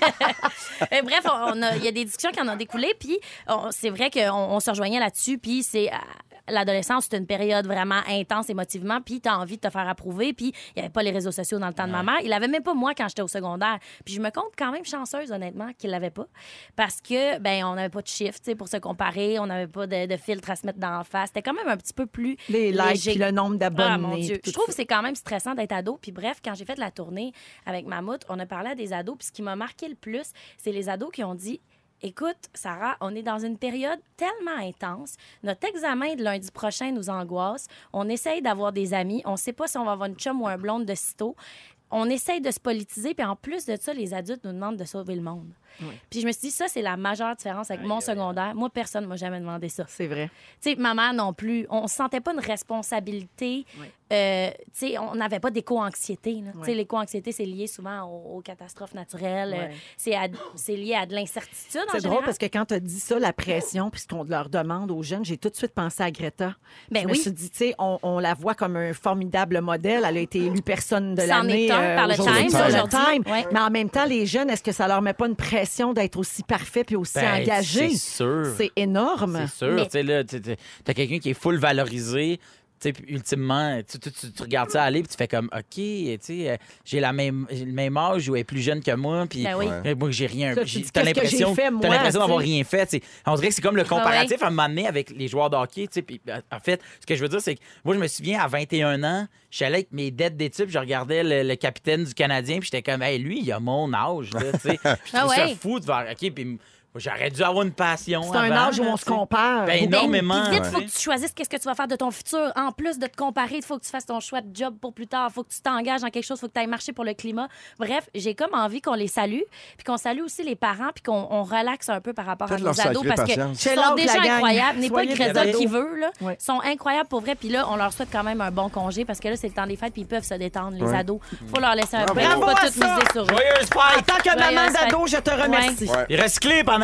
D: Bref, il y a des discussions qui en ont découlé, puis on, c'est vrai qu'on on se rejoignait là-dessus, puis c'est... Euh, l'adolescence, c'est une période vraiment intense émotivement, puis tu as envie de te faire approuver, puis il n'y avait pas les réseaux sociaux dans le temps de ma mère. Il l'avait même pas moi quand j'étais au secondaire. Puis je me compte quand même chanceuse, honnêtement, qu'il l'avait pas. Parce que, ben on n'avait pas de chiffres, tu sais, pour se comparer, on n'avait pas de, de filtre à se mettre dans la face. C'était quand même un petit peu plus
B: les likes, puis le nombre d'abonnés.
D: Ah, mon Dieu. Je trouve
B: ça.
D: que c'est quand même stressant d'être ado. Puis bref, quand j'ai fait la tournée avec Mammouth, on a parlé à des ados, puis ce qui m'a marqué le plus, c'est les ados qui ont dit... Écoute, Sarah, on est dans une période tellement intense. Notre examen de lundi prochain nous angoisse. On essaye d'avoir des amis. On ne sait pas si on va avoir une chum ou un blonde de sitôt. On essaye de se politiser. Puis en plus de ça, les adultes nous demandent de sauver le monde. Oui. Puis je me suis dit, ça, c'est la majeure différence avec aïe, mon secondaire. Aïe. Moi, personne ne m'a jamais demandé ça.
B: C'est vrai.
D: Tu sais, ma mère non plus. On ne sentait pas une responsabilité. Oui. Euh, tu sais, on n'avait pas d'éco-anxiété. Oui. Tu sais, l'éco-anxiété, c'est lié souvent aux, aux catastrophes naturelles. Oui. Euh, c'est, à, c'est lié à de l'incertitude, en
B: C'est
D: général.
B: drôle parce que quand tu as dit ça, la pression, puis ce qu'on leur demande aux jeunes, j'ai tout de suite pensé à Greta.
D: Ben
B: je
D: oui.
B: me suis dit, tu sais, on, on la voit comme un formidable modèle. Elle a été élue personne de
D: C'en
B: l'année.
D: Est un,
B: euh,
D: par le Time,
B: Time.
D: aujourd'hui.
B: Time.
D: Oui.
B: Mais en même temps, les jeunes, est-ce que ça leur met pas une pression d'être aussi parfait puis aussi
A: ben,
B: engagé?
A: C'est sûr.
B: C'est énorme.
A: C'est sûr. Mais... Tu sais, là, tu as quelqu'un qui est full valorisé. Tu sais, ultimement, tu, tu, tu, tu regardes ça aller puis tu fais comme, OK, tu sais, j'ai, la même, j'ai le même âge ou elle est plus jeune que moi, puis
D: ben oui.
A: ouais. moi, j'ai rien.
B: Là,
A: j'ai,
B: tu
A: t'as
B: dis,
A: l'impression,
B: que j'ai fait, moi,
A: t'as l'impression d'avoir
B: t'sais.
A: rien fait. T'sais. On dirait que c'est comme le comparatif
D: ah ouais.
A: à un moment donné avec les joueurs de hockey. Puis, en fait, ce que je veux dire, c'est que moi, je me souviens, à vingt et un ans, je suis allé avec mes dettes d'études, je regardais le, le capitaine du Canadien, puis j'étais comme, hey, lui, il a mon âge. Là, je trouve
D: ah ouais.
A: ça fou de voir, OK, puis... J'aurais dû avoir une passion.
B: C'est un
A: avant,
B: âge où on
A: là,
B: se compare.
A: Ben, énormément.
D: Puis vite, il faut que tu choisisses qu'est-ce que tu vas faire de ton futur. En plus de te comparer, il faut que tu fasses ton choix de job pour plus tard. Il faut que tu t'engages dans quelque chose. Il faut que tu ailles marcher pour le climat. Bref, j'ai comme envie qu'on les salue, puis qu'on salue aussi les parents, puis qu'on on relaxe un peu par rapport
C: Faites
D: à nos ados. Parce qu'ils
B: sont
D: déjà incroyables. N'est pas le Greta qui veut. Là.
B: Ouais.
D: Ils sont incroyables pour vrai. Puis là, on leur souhaite quand même un bon congé parce que là, c'est le temps des fêtes, puis ils peuvent se détendre, les
C: ouais.
D: ados. Il faut leur laisser un
B: peu.
D: Bravo, pas tout miser sur eux.
A: Joyeuse fête!
B: En tant que maman d'ado, je te remercie.
A: Ouais. Il reste clé pendant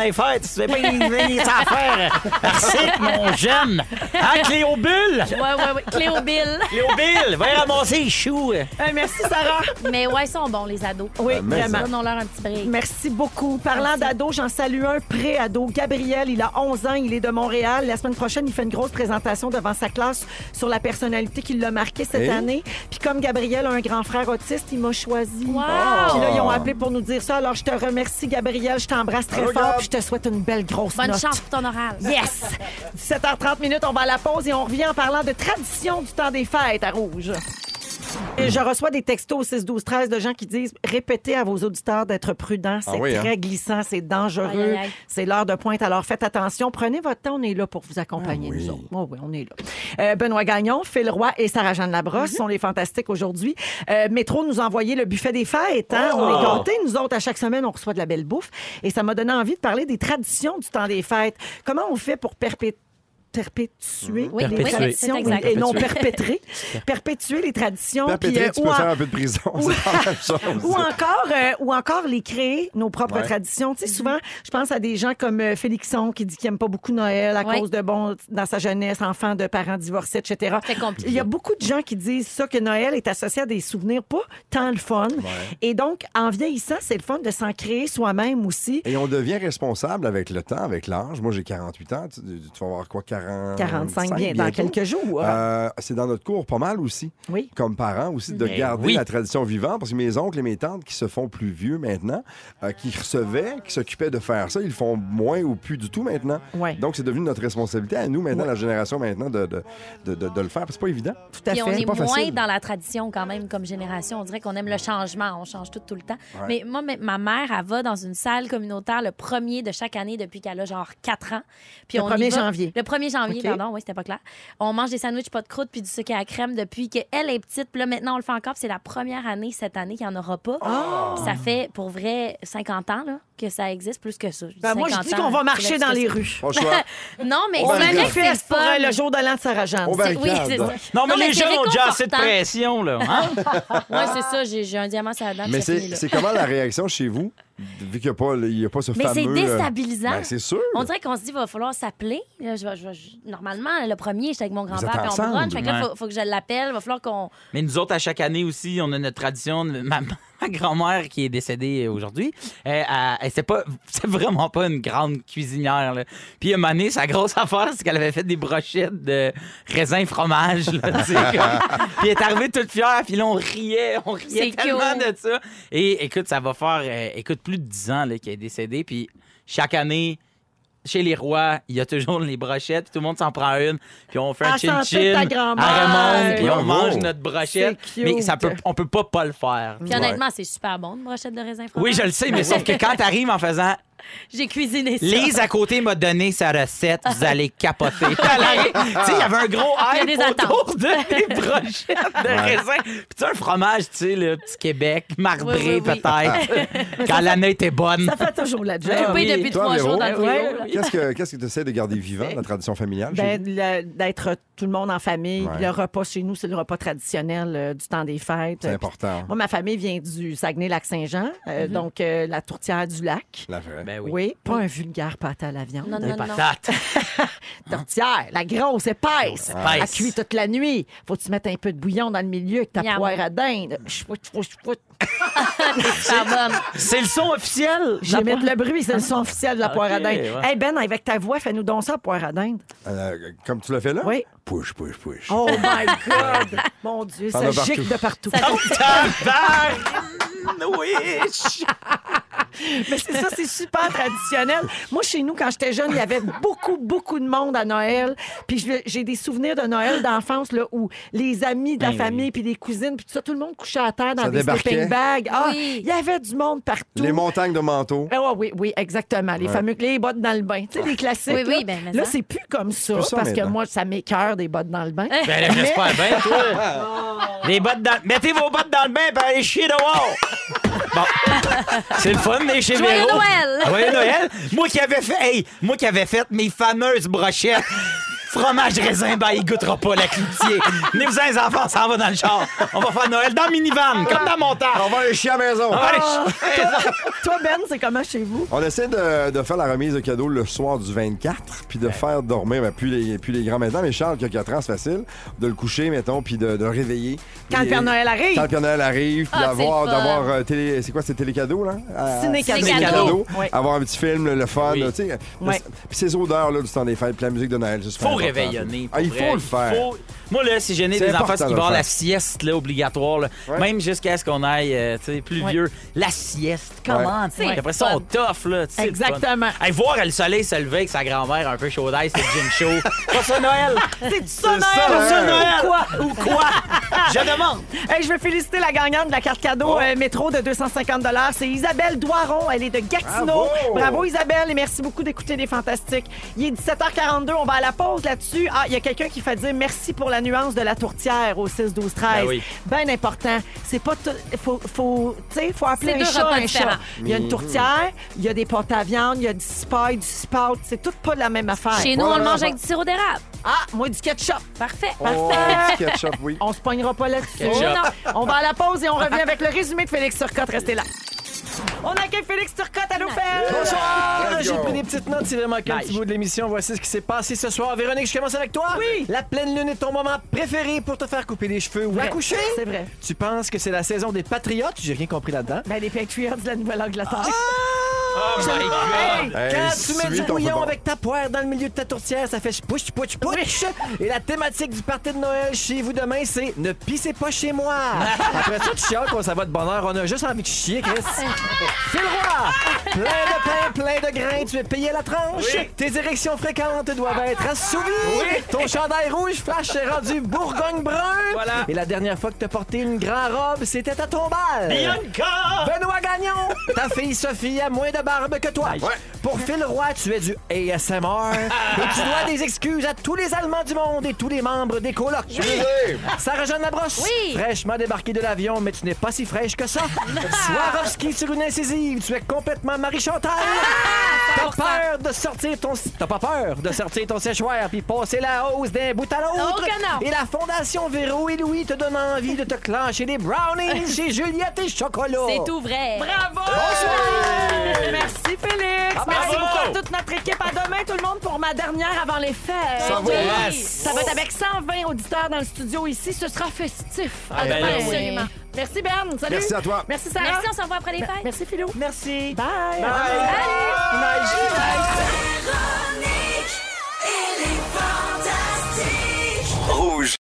A: des fêtes. Tu sais pas, il y a ça à faire. Merci, mon jeune. Hein, Cléobule?
D: Ouais, ouais, ouais. Cléobile.
A: Cléobile, va y ramasser les choux.
B: Euh, merci, Sarah.
D: Mais ouais, ils sont bons, les ados.
B: Oui,
C: mais
B: vraiment.
D: Donnons-leur un petit break.
B: Merci beaucoup. Parlant
D: Merci.
B: d'ado, j'en salue un pré-ado. Gabriel, il a onze ans, il est de Montréal. La semaine prochaine, il fait une grosse présentation devant sa classe sur la personnalité qui l'a marqué cette
C: Hey.
B: année. Puis comme Gabriel a un grand frère autiste, il m'a choisi.
D: Wow.
B: Puis là, ils ont appelé pour nous dire ça. Alors, je te remercie, Gabriel. Je t'embrasse très
C: Allô,
B: fort.
C: Gab.
B: Puis je te souhaite une belle grosse
D: Bonne
B: note.
D: chance pour ton oral.
B: Yes! dix-sept heures trente minutes, on va à la pause et on revient en parlant de tradition du temps des fêtes à Rouge. Et je reçois des textos au six douze treize de gens qui disent répétez à vos auditeurs d'être prudents, c'est
C: Ah oui,
B: très
C: hein?
B: glissant, c'est dangereux,
D: Aïe, aïe, aïe.
B: c'est l'heure de pointe. Alors faites attention, prenez votre temps, on est là pour vous accompagner,
C: Ah oui.
B: nous autres. Oh oui, on est là. Euh, Benoît Gagnon, Phil Roy et Sarah-Jeanne Labrosse sont les fantastiques aujourd'hui. Euh, Métro nous a envoyé le buffet des fêtes. Hein?
A: Oh!
B: On est gâtés, nous autres, à chaque semaine, on reçoit de la belle bouffe. Et ça m'a donné envie de parler des traditions du temps des fêtes. Comment on fait pour perpétuer perpétuer
D: Oui,
B: les
A: oui,
B: traditions
D: c'est exact.
B: et non perpétrer. Perpétuer les traditions.
C: Perpétrer,
B: puis, euh,
C: tu
B: ou
C: peux
B: en-
C: faire un peu de prison. C'est pas la même chose.
B: ou encore, euh, ou encore les créer, nos propres
C: Ouais.
B: traditions. Tu sais, souvent, je pense à des gens comme euh, Félixon qui dit qu'il n'aime pas beaucoup Noël à
D: Ouais.
B: cause de, bon, dans sa jeunesse, enfant de parents divorcés, et cetera.
D: C'est compliqué.
B: Il y a beaucoup de gens qui disent ça, que Noël est associé à des souvenirs pas tant le fun. Et donc, en vieillissant, c'est le fun de s'en créer soi-même aussi.
C: Et on devient responsable avec le temps, avec l'âge. Moi, j'ai quarante-huit ans. Tu, tu vas avoir quoi, quarante
B: quarante-cinq bien dans quelques jours.
C: Euh, c'est dans notre cours pas mal aussi.
B: Oui.
C: Comme parents aussi, de
A: Mais
C: garder
A: oui.
C: la tradition vivante. Parce que mes oncles et mes tantes qui se font plus vieux maintenant, euh, qui recevaient, qui s'occupaient de faire ça, ils le font moins ou plus du tout maintenant.
B: Ouais.
C: Donc, c'est devenu notre responsabilité à nous maintenant, la génération maintenant, de, de, de, de- de le faire. Parce que c'est pas évident.
B: Tout à
D: Puis on
B: fait.
D: est
C: pas
D: moins
C: facile.
D: dans la tradition quand même comme génération. On dirait qu'on aime le changement. On change tout tout le temps.
C: Ouais.
D: Mais moi, ma- ma mère, elle va dans une salle communautaire le premier de chaque année depuis qu'elle a genre quatre ans. Puis
B: Le
D: on y
B: premier
D: va-
B: janvier.
D: Le premier janvier,
B: OK.
D: pardon. Oui, c'était pas clair. On mange des sandwichs pas de croûte puis du sucre à la crème depuis qu'elle est petite. Puis là, maintenant, on le fait encore. Puis c'est la première année cette année qu'il n'y en aura pas.
B: Ah!
D: Ça fait, pour vrai, cinquante ans là, que ça existe, plus que ça. Je dis
B: Ben, moi, je
D: cinquante
B: dis
D: ans,
B: qu'on va
D: c'est
B: marcher
D: plus
B: dans
D: que
B: les
D: ça.
B: rues.
C: Pas le choix.
D: Non, mais
C: On
D: c'est
C: va
D: vrai
C: regarder.
D: que c'est
B: Fest pour
D: fun.
B: euh, le jour de l'an de Sarah-Jeanne.
C: On va
D: C'est- Oui,
C: regarder.
D: c'est ça.
A: Non, mais
D: Non, mais
A: les
D: c'est
A: gens ont déjà assez de
D: réconfortant.
A: pression, là. Hein?
D: Oui, c'est ça. J'ai j'ai un diamant sur la dent.
C: Mais
D: puis ça finit
C: c'est
D: là.
C: c'est comment la réaction chez vous, vu qu'il n'y a, pas le- il y a pas ce
D: Mais c'est
C: fameux... euh,
D: déstabilisant.
C: Ben, c'est sûr.
D: On dirait qu'on se dit, il va falloir s'appeler. Là, je vais- je vais- je- Normalement, le premier, j'étais avec mon grand-père,
C: êtes
D: puis on
C: ensemble.
D: brunch. Fait que là,
A: Ouais.
D: faut, faut que je l'appelle. Il va falloir qu'on.
A: Mais nous autres, à chaque année aussi, on a notre tradition. Ma, ma grand-mère, qui est décédée aujourd'hui, elle, elle- elle, c'est pas, c'est vraiment pas une grande cuisinière. Là. Puis, à un moment donné, sa grosse affaire, c'est qu'elle avait fait des brochettes de raisin fromage. Là, tu sais, comme. Puis, elle est arrivée toute fière. Puis là, on riait. On riait
D: C'est
A: tellement
D: cute.
A: de ça. Et écoute, ça va faire euh, écoute, plus de dix ans là, qu'elle est décédée. Puis, chaque année... Chez les rois, il y a toujours les brochettes, puis tout le monde s'en prend une, puis on fait un
B: À santé de
A: chin-chin
B: ta grand-mère.
A: à Raymond, puis on
C: Bravo.
A: mange notre brochette.
B: C'est cute.
A: Mais ça peut, on peut pas pas le faire.
D: Puis honnêtement, c'est super bon, une brochette de raisin fromage.
A: Oui, je le sais, mais sauf que quand t'arrives en faisant
D: J'ai cuisiné ça.
A: Lise à côté m'a donné sa recette, vous allez capoter. Elle arrive- Tu sais, il y avait un gros
D: Il y a
A: hype
D: des
A: autour
D: attentes.
A: de des brochettes de raisin. Puis tu sais, un fromage, tu sais, le petit Québec, marbré
D: Oui, oui, oui.
A: peut-être, quand l'année était bonne.
B: Ça fait toujours la job.
D: J'ai
A: oui.
D: coupé depuis
C: Toi,
D: trois
C: Véro?
D: jours dans le frigo.
B: Ouais.
D: là.
C: Qu'est-ce que qu'est-ce que tu essaies de garder vivant, la tradition familiale? chez
B: Ben,
C: vous?
B: le- d'être tout le monde en famille.
C: Ouais.
B: Le repas chez nous, c'est le repas traditionnel euh, du temps des fêtes.
C: C'est
B: Euh,
C: important.
B: Moi, ma famille vient du Saguenay-Lac-Saint-Jean, euh, donc euh, la tourtière du lac.
C: La vraie.
A: Ben oui.
B: Oui, pas un vulgaire pâte à la viande.
D: Non,
A: Des
D: non, non.
A: patates.
B: Tourtière, la grosse épaisse.
A: Épaisse.
B: Elle cuit toute la nuit. Faut que tu mettes un peu de bouillon dans le milieu avec ta
D: Miam.
B: poire à dinde. Chouout, chouout, chouout.
D: Super bonne.
A: C'est le son officiel.
B: Je vais mettre le bruit, c'est le son officiel de la poire à
A: Ok,
B: dinde.
A: ouais.
B: Hey Ben, avec ta voix, fais-nous donc ça, poire à dinde.
C: Euh, comme tu l'as fait là?
B: Oui.
C: Push, push, push.
B: Oh my God! Mon Dieu,
C: Ça
B: ça
C: va
B: gicle de partout.
A: Tabarnouche!
B: Mais c'est ça, c'est super traditionnel. Moi, chez nous, quand j'étais jeune, il y avait beaucoup, beaucoup de monde à Noël. Puis je- j'ai des souvenirs de Noël d'enfance là, où les amis de la
A: Ben
B: famille,
A: oui.
B: puis les cousines, puis tout ça, tout le monde couchait à terre dans
C: Ça
B: des
C: débarquait.
B: sleeping bags. Ah,
D: Oui.
B: il y avait du monde partout.
C: Les montagnes de manteaux.
B: Ah ouais, oui, oui, exactement. Les
C: Ouais.
B: fameux les bottes dans le bain. Tu sais, les classiques.
D: Oui, oui,
B: là,
D: ben, mais
B: là
D: ça.
B: c'est plus comme ça,
C: plus ça
B: parce que
C: maintenant.
B: moi, ça m'écoeure des bottes dans le bain.
A: Ben là, j'espère bien, toi. Les bottes dans... Mettez vos bottes dans le bain et allez chier dehors. Bon. C'est le fun, mais chez
D: Joyeux
A: Véro.
D: Noël!
A: Joyeux Noël. Moi qui avais fait, hey, moi qui avais fait mes fameuses brochettes. Fromage raisin, ben, il goûtera pas la cloutier. Venez-vous-en, les enfants, ça en va dans le char. On va faire Noël dans le minivan, comme dans mon temps.
C: On va aller chier à la maison.
A: On va aller
B: Ah.
A: chier.
B: Toi, Ben, c'est comment chez vous?
C: On essaie de, de faire la remise de cadeaux le soir du vingt-quatre, puis de faire dormir, ben, plus, les, plus les grands maintenant, mais Charles qui a quatre ans, c'est facile, de le coucher, mettons, puis de, de le réveiller.
B: Quand
C: Puis,
B: le Père Noël arrive.
C: Quand le Père Noël arrive, puis
D: Ah,
C: d'avoir,
D: c'est le fun.
C: d'avoir euh, télé, c'est quoi, c'est télécadeau, là? Euh,
B: Ciné-cadeau.
C: ciné-cadeau.
B: Oui.
C: Avoir un petit film, le, le fun,
A: Oui.
C: là, tu sais.
B: Oui.
C: Puis ces odeurs, là, du temps des fêtes, puis la musique de Noël, c'est super
A: Faut
C: important,
A: réveillonner.
C: ça. Ah, il
A: pour
C: faut
A: vrai.
C: le faire.
A: Faut- Moi, là, si j'ai né
C: C'est
A: des enfants
C: important
A: qui
C: de
A: vont
C: le
A: la
C: faire.
A: sieste, là, obligatoire, là,
B: Ouais.
A: même jusqu'à ce qu'on aille, euh, tu sais, plus
B: Ouais.
A: vieux, la sieste, comment?
D: C'est
A: Après
D: le
A: ça,
D: fun.
A: on tough, là. tu sais, le fun.
B: Exactement.
A: Hey, voir le soleil se lever avec sa grand-mère un peu chaud d'ail, c'est le gym show. Pas ça, Noël?
B: C'est ça,
C: ça,
B: Noël!
C: Noël.
A: Noël.
B: Ou quoi?
A: Ou quoi? Je demande.
B: Hey, je veux féliciter la gagnante de la carte cadeau euh, métro de deux cent cinquante dollars. C'est Isabelle Doiron. Elle est de Gatineau.
C: Bravo.
B: Bravo, Isabelle, et merci beaucoup d'écouter Les Fantastiques. Il est dix-sept heures quarante-deux. On va à la pause là-dessus. Ah, il y a quelqu'un qui fait dire merci pour la nuance de la tourtière au six douze treize.
A: Ben oui.
B: Bien important. C'est pas tout. Faut, faut, tu sais, faut appeler
D: C'est
B: un
D: deux
B: chat
D: repas
B: un
D: différents.
B: chat. Il y a une tourtière, il y a des pâtes à viande, il y a du spike, du spout. C'est tout pas la même affaire.
D: Chez nous, on le mange avec du sirop d'érable.
B: Ah, moi, du ketchup.
D: Parfait.
C: Oh,
B: Parfait.
C: du ketchup, oui.
B: On se pognera pas là-dessus.
A: Ketchup.
B: Non. On va à la pause et on revient avec le résumé de Félix Turcotte. Restez là. On accueille Félix Turcotte à l'Open.
J: Bonsoir!
C: Let's
J: J'ai
C: go.
J: pris des petites notes si vraiment qu'un
A: Nice.
J: petit bout de l'émission. Voici ce qui s'est passé ce soir. Véronique, je commence avec toi.
B: Oui.
J: La pleine lune est ton moment préféré pour te faire couper les cheveux ou
B: Vrai.
J: accoucher.
B: C'est vrai.
J: Tu penses que c'est la saison des patriotes? J'ai rien compris là-dedans.
B: Ben, les Patriots de la Nouvelle-Angleterre.
A: Oh my God!
C: Hey,
J: Quand tu mets
C: suis
J: du
C: ton
J: bouillon
C: football.
J: avec ta poire dans le milieu de ta tourtière, ça fait push, push, push. Et la thématique du party de Noël chez vous demain, c'est ne pissez pas chez moi. Après ça, tu chiales quand ça va de bonheur. On a juste envie de chier, Chris. Phil Roy, plein de pain, plein de grains, tu es payé à la tranche.
A: Oui.
J: Tes érections fréquentes doivent être assouvies.
A: Oui.
J: Ton chandail rouge flash est rendu Bourgogne brun.
A: Voilà.
J: Et la dernière fois que t'as porté une grande robe, c'était à ton bal.
A: Bianca!
J: Benoît Gagnon, ta fille Sophie a moins de barbe que toi.
C: Ouais.
J: Pour Phil Roy, tu es du A S M R et tu dois des excuses à tous les Allemands du monde et tous les membres des colocs. Sarah-Jeanne Labrosse,
D: Oui.
J: fraîchement débarquée de l'avion, mais tu n'es pas si fraîche que ça. Swarovski sur une incisive, tu es complètement Marie-Chantal. T'as peur de sortir ton... T'as pas peur de sortir ton séchoir puis passer la hausse d'un bout à l'autre.
D: Oh que non.
J: Et la Fondation Véro et Louis te donne envie de te clencher des brownies chez Juliette et Chocolat.
D: C'est tout vrai.
B: Bravo! Merci, Félix.
J: Ah,
B: Merci
A: bravo!
B: beaucoup à toute notre équipe. À demain, tout le monde, pour ma dernière avant les fêtes.
C: Ça va.
A: Yes.
B: Ça va être avec cent vingt auditeurs dans le studio ici. Ce sera festif. À
A: ben
B: demain.
A: là, oui.
B: Absolument. Merci, Ben. Salut.
C: Merci à toi.
B: Merci, Sarah.
D: Merci, on se revoit après les fêtes.
B: Merci, Philo.
J: Merci.
B: Bye.
C: Bye.
B: Bye.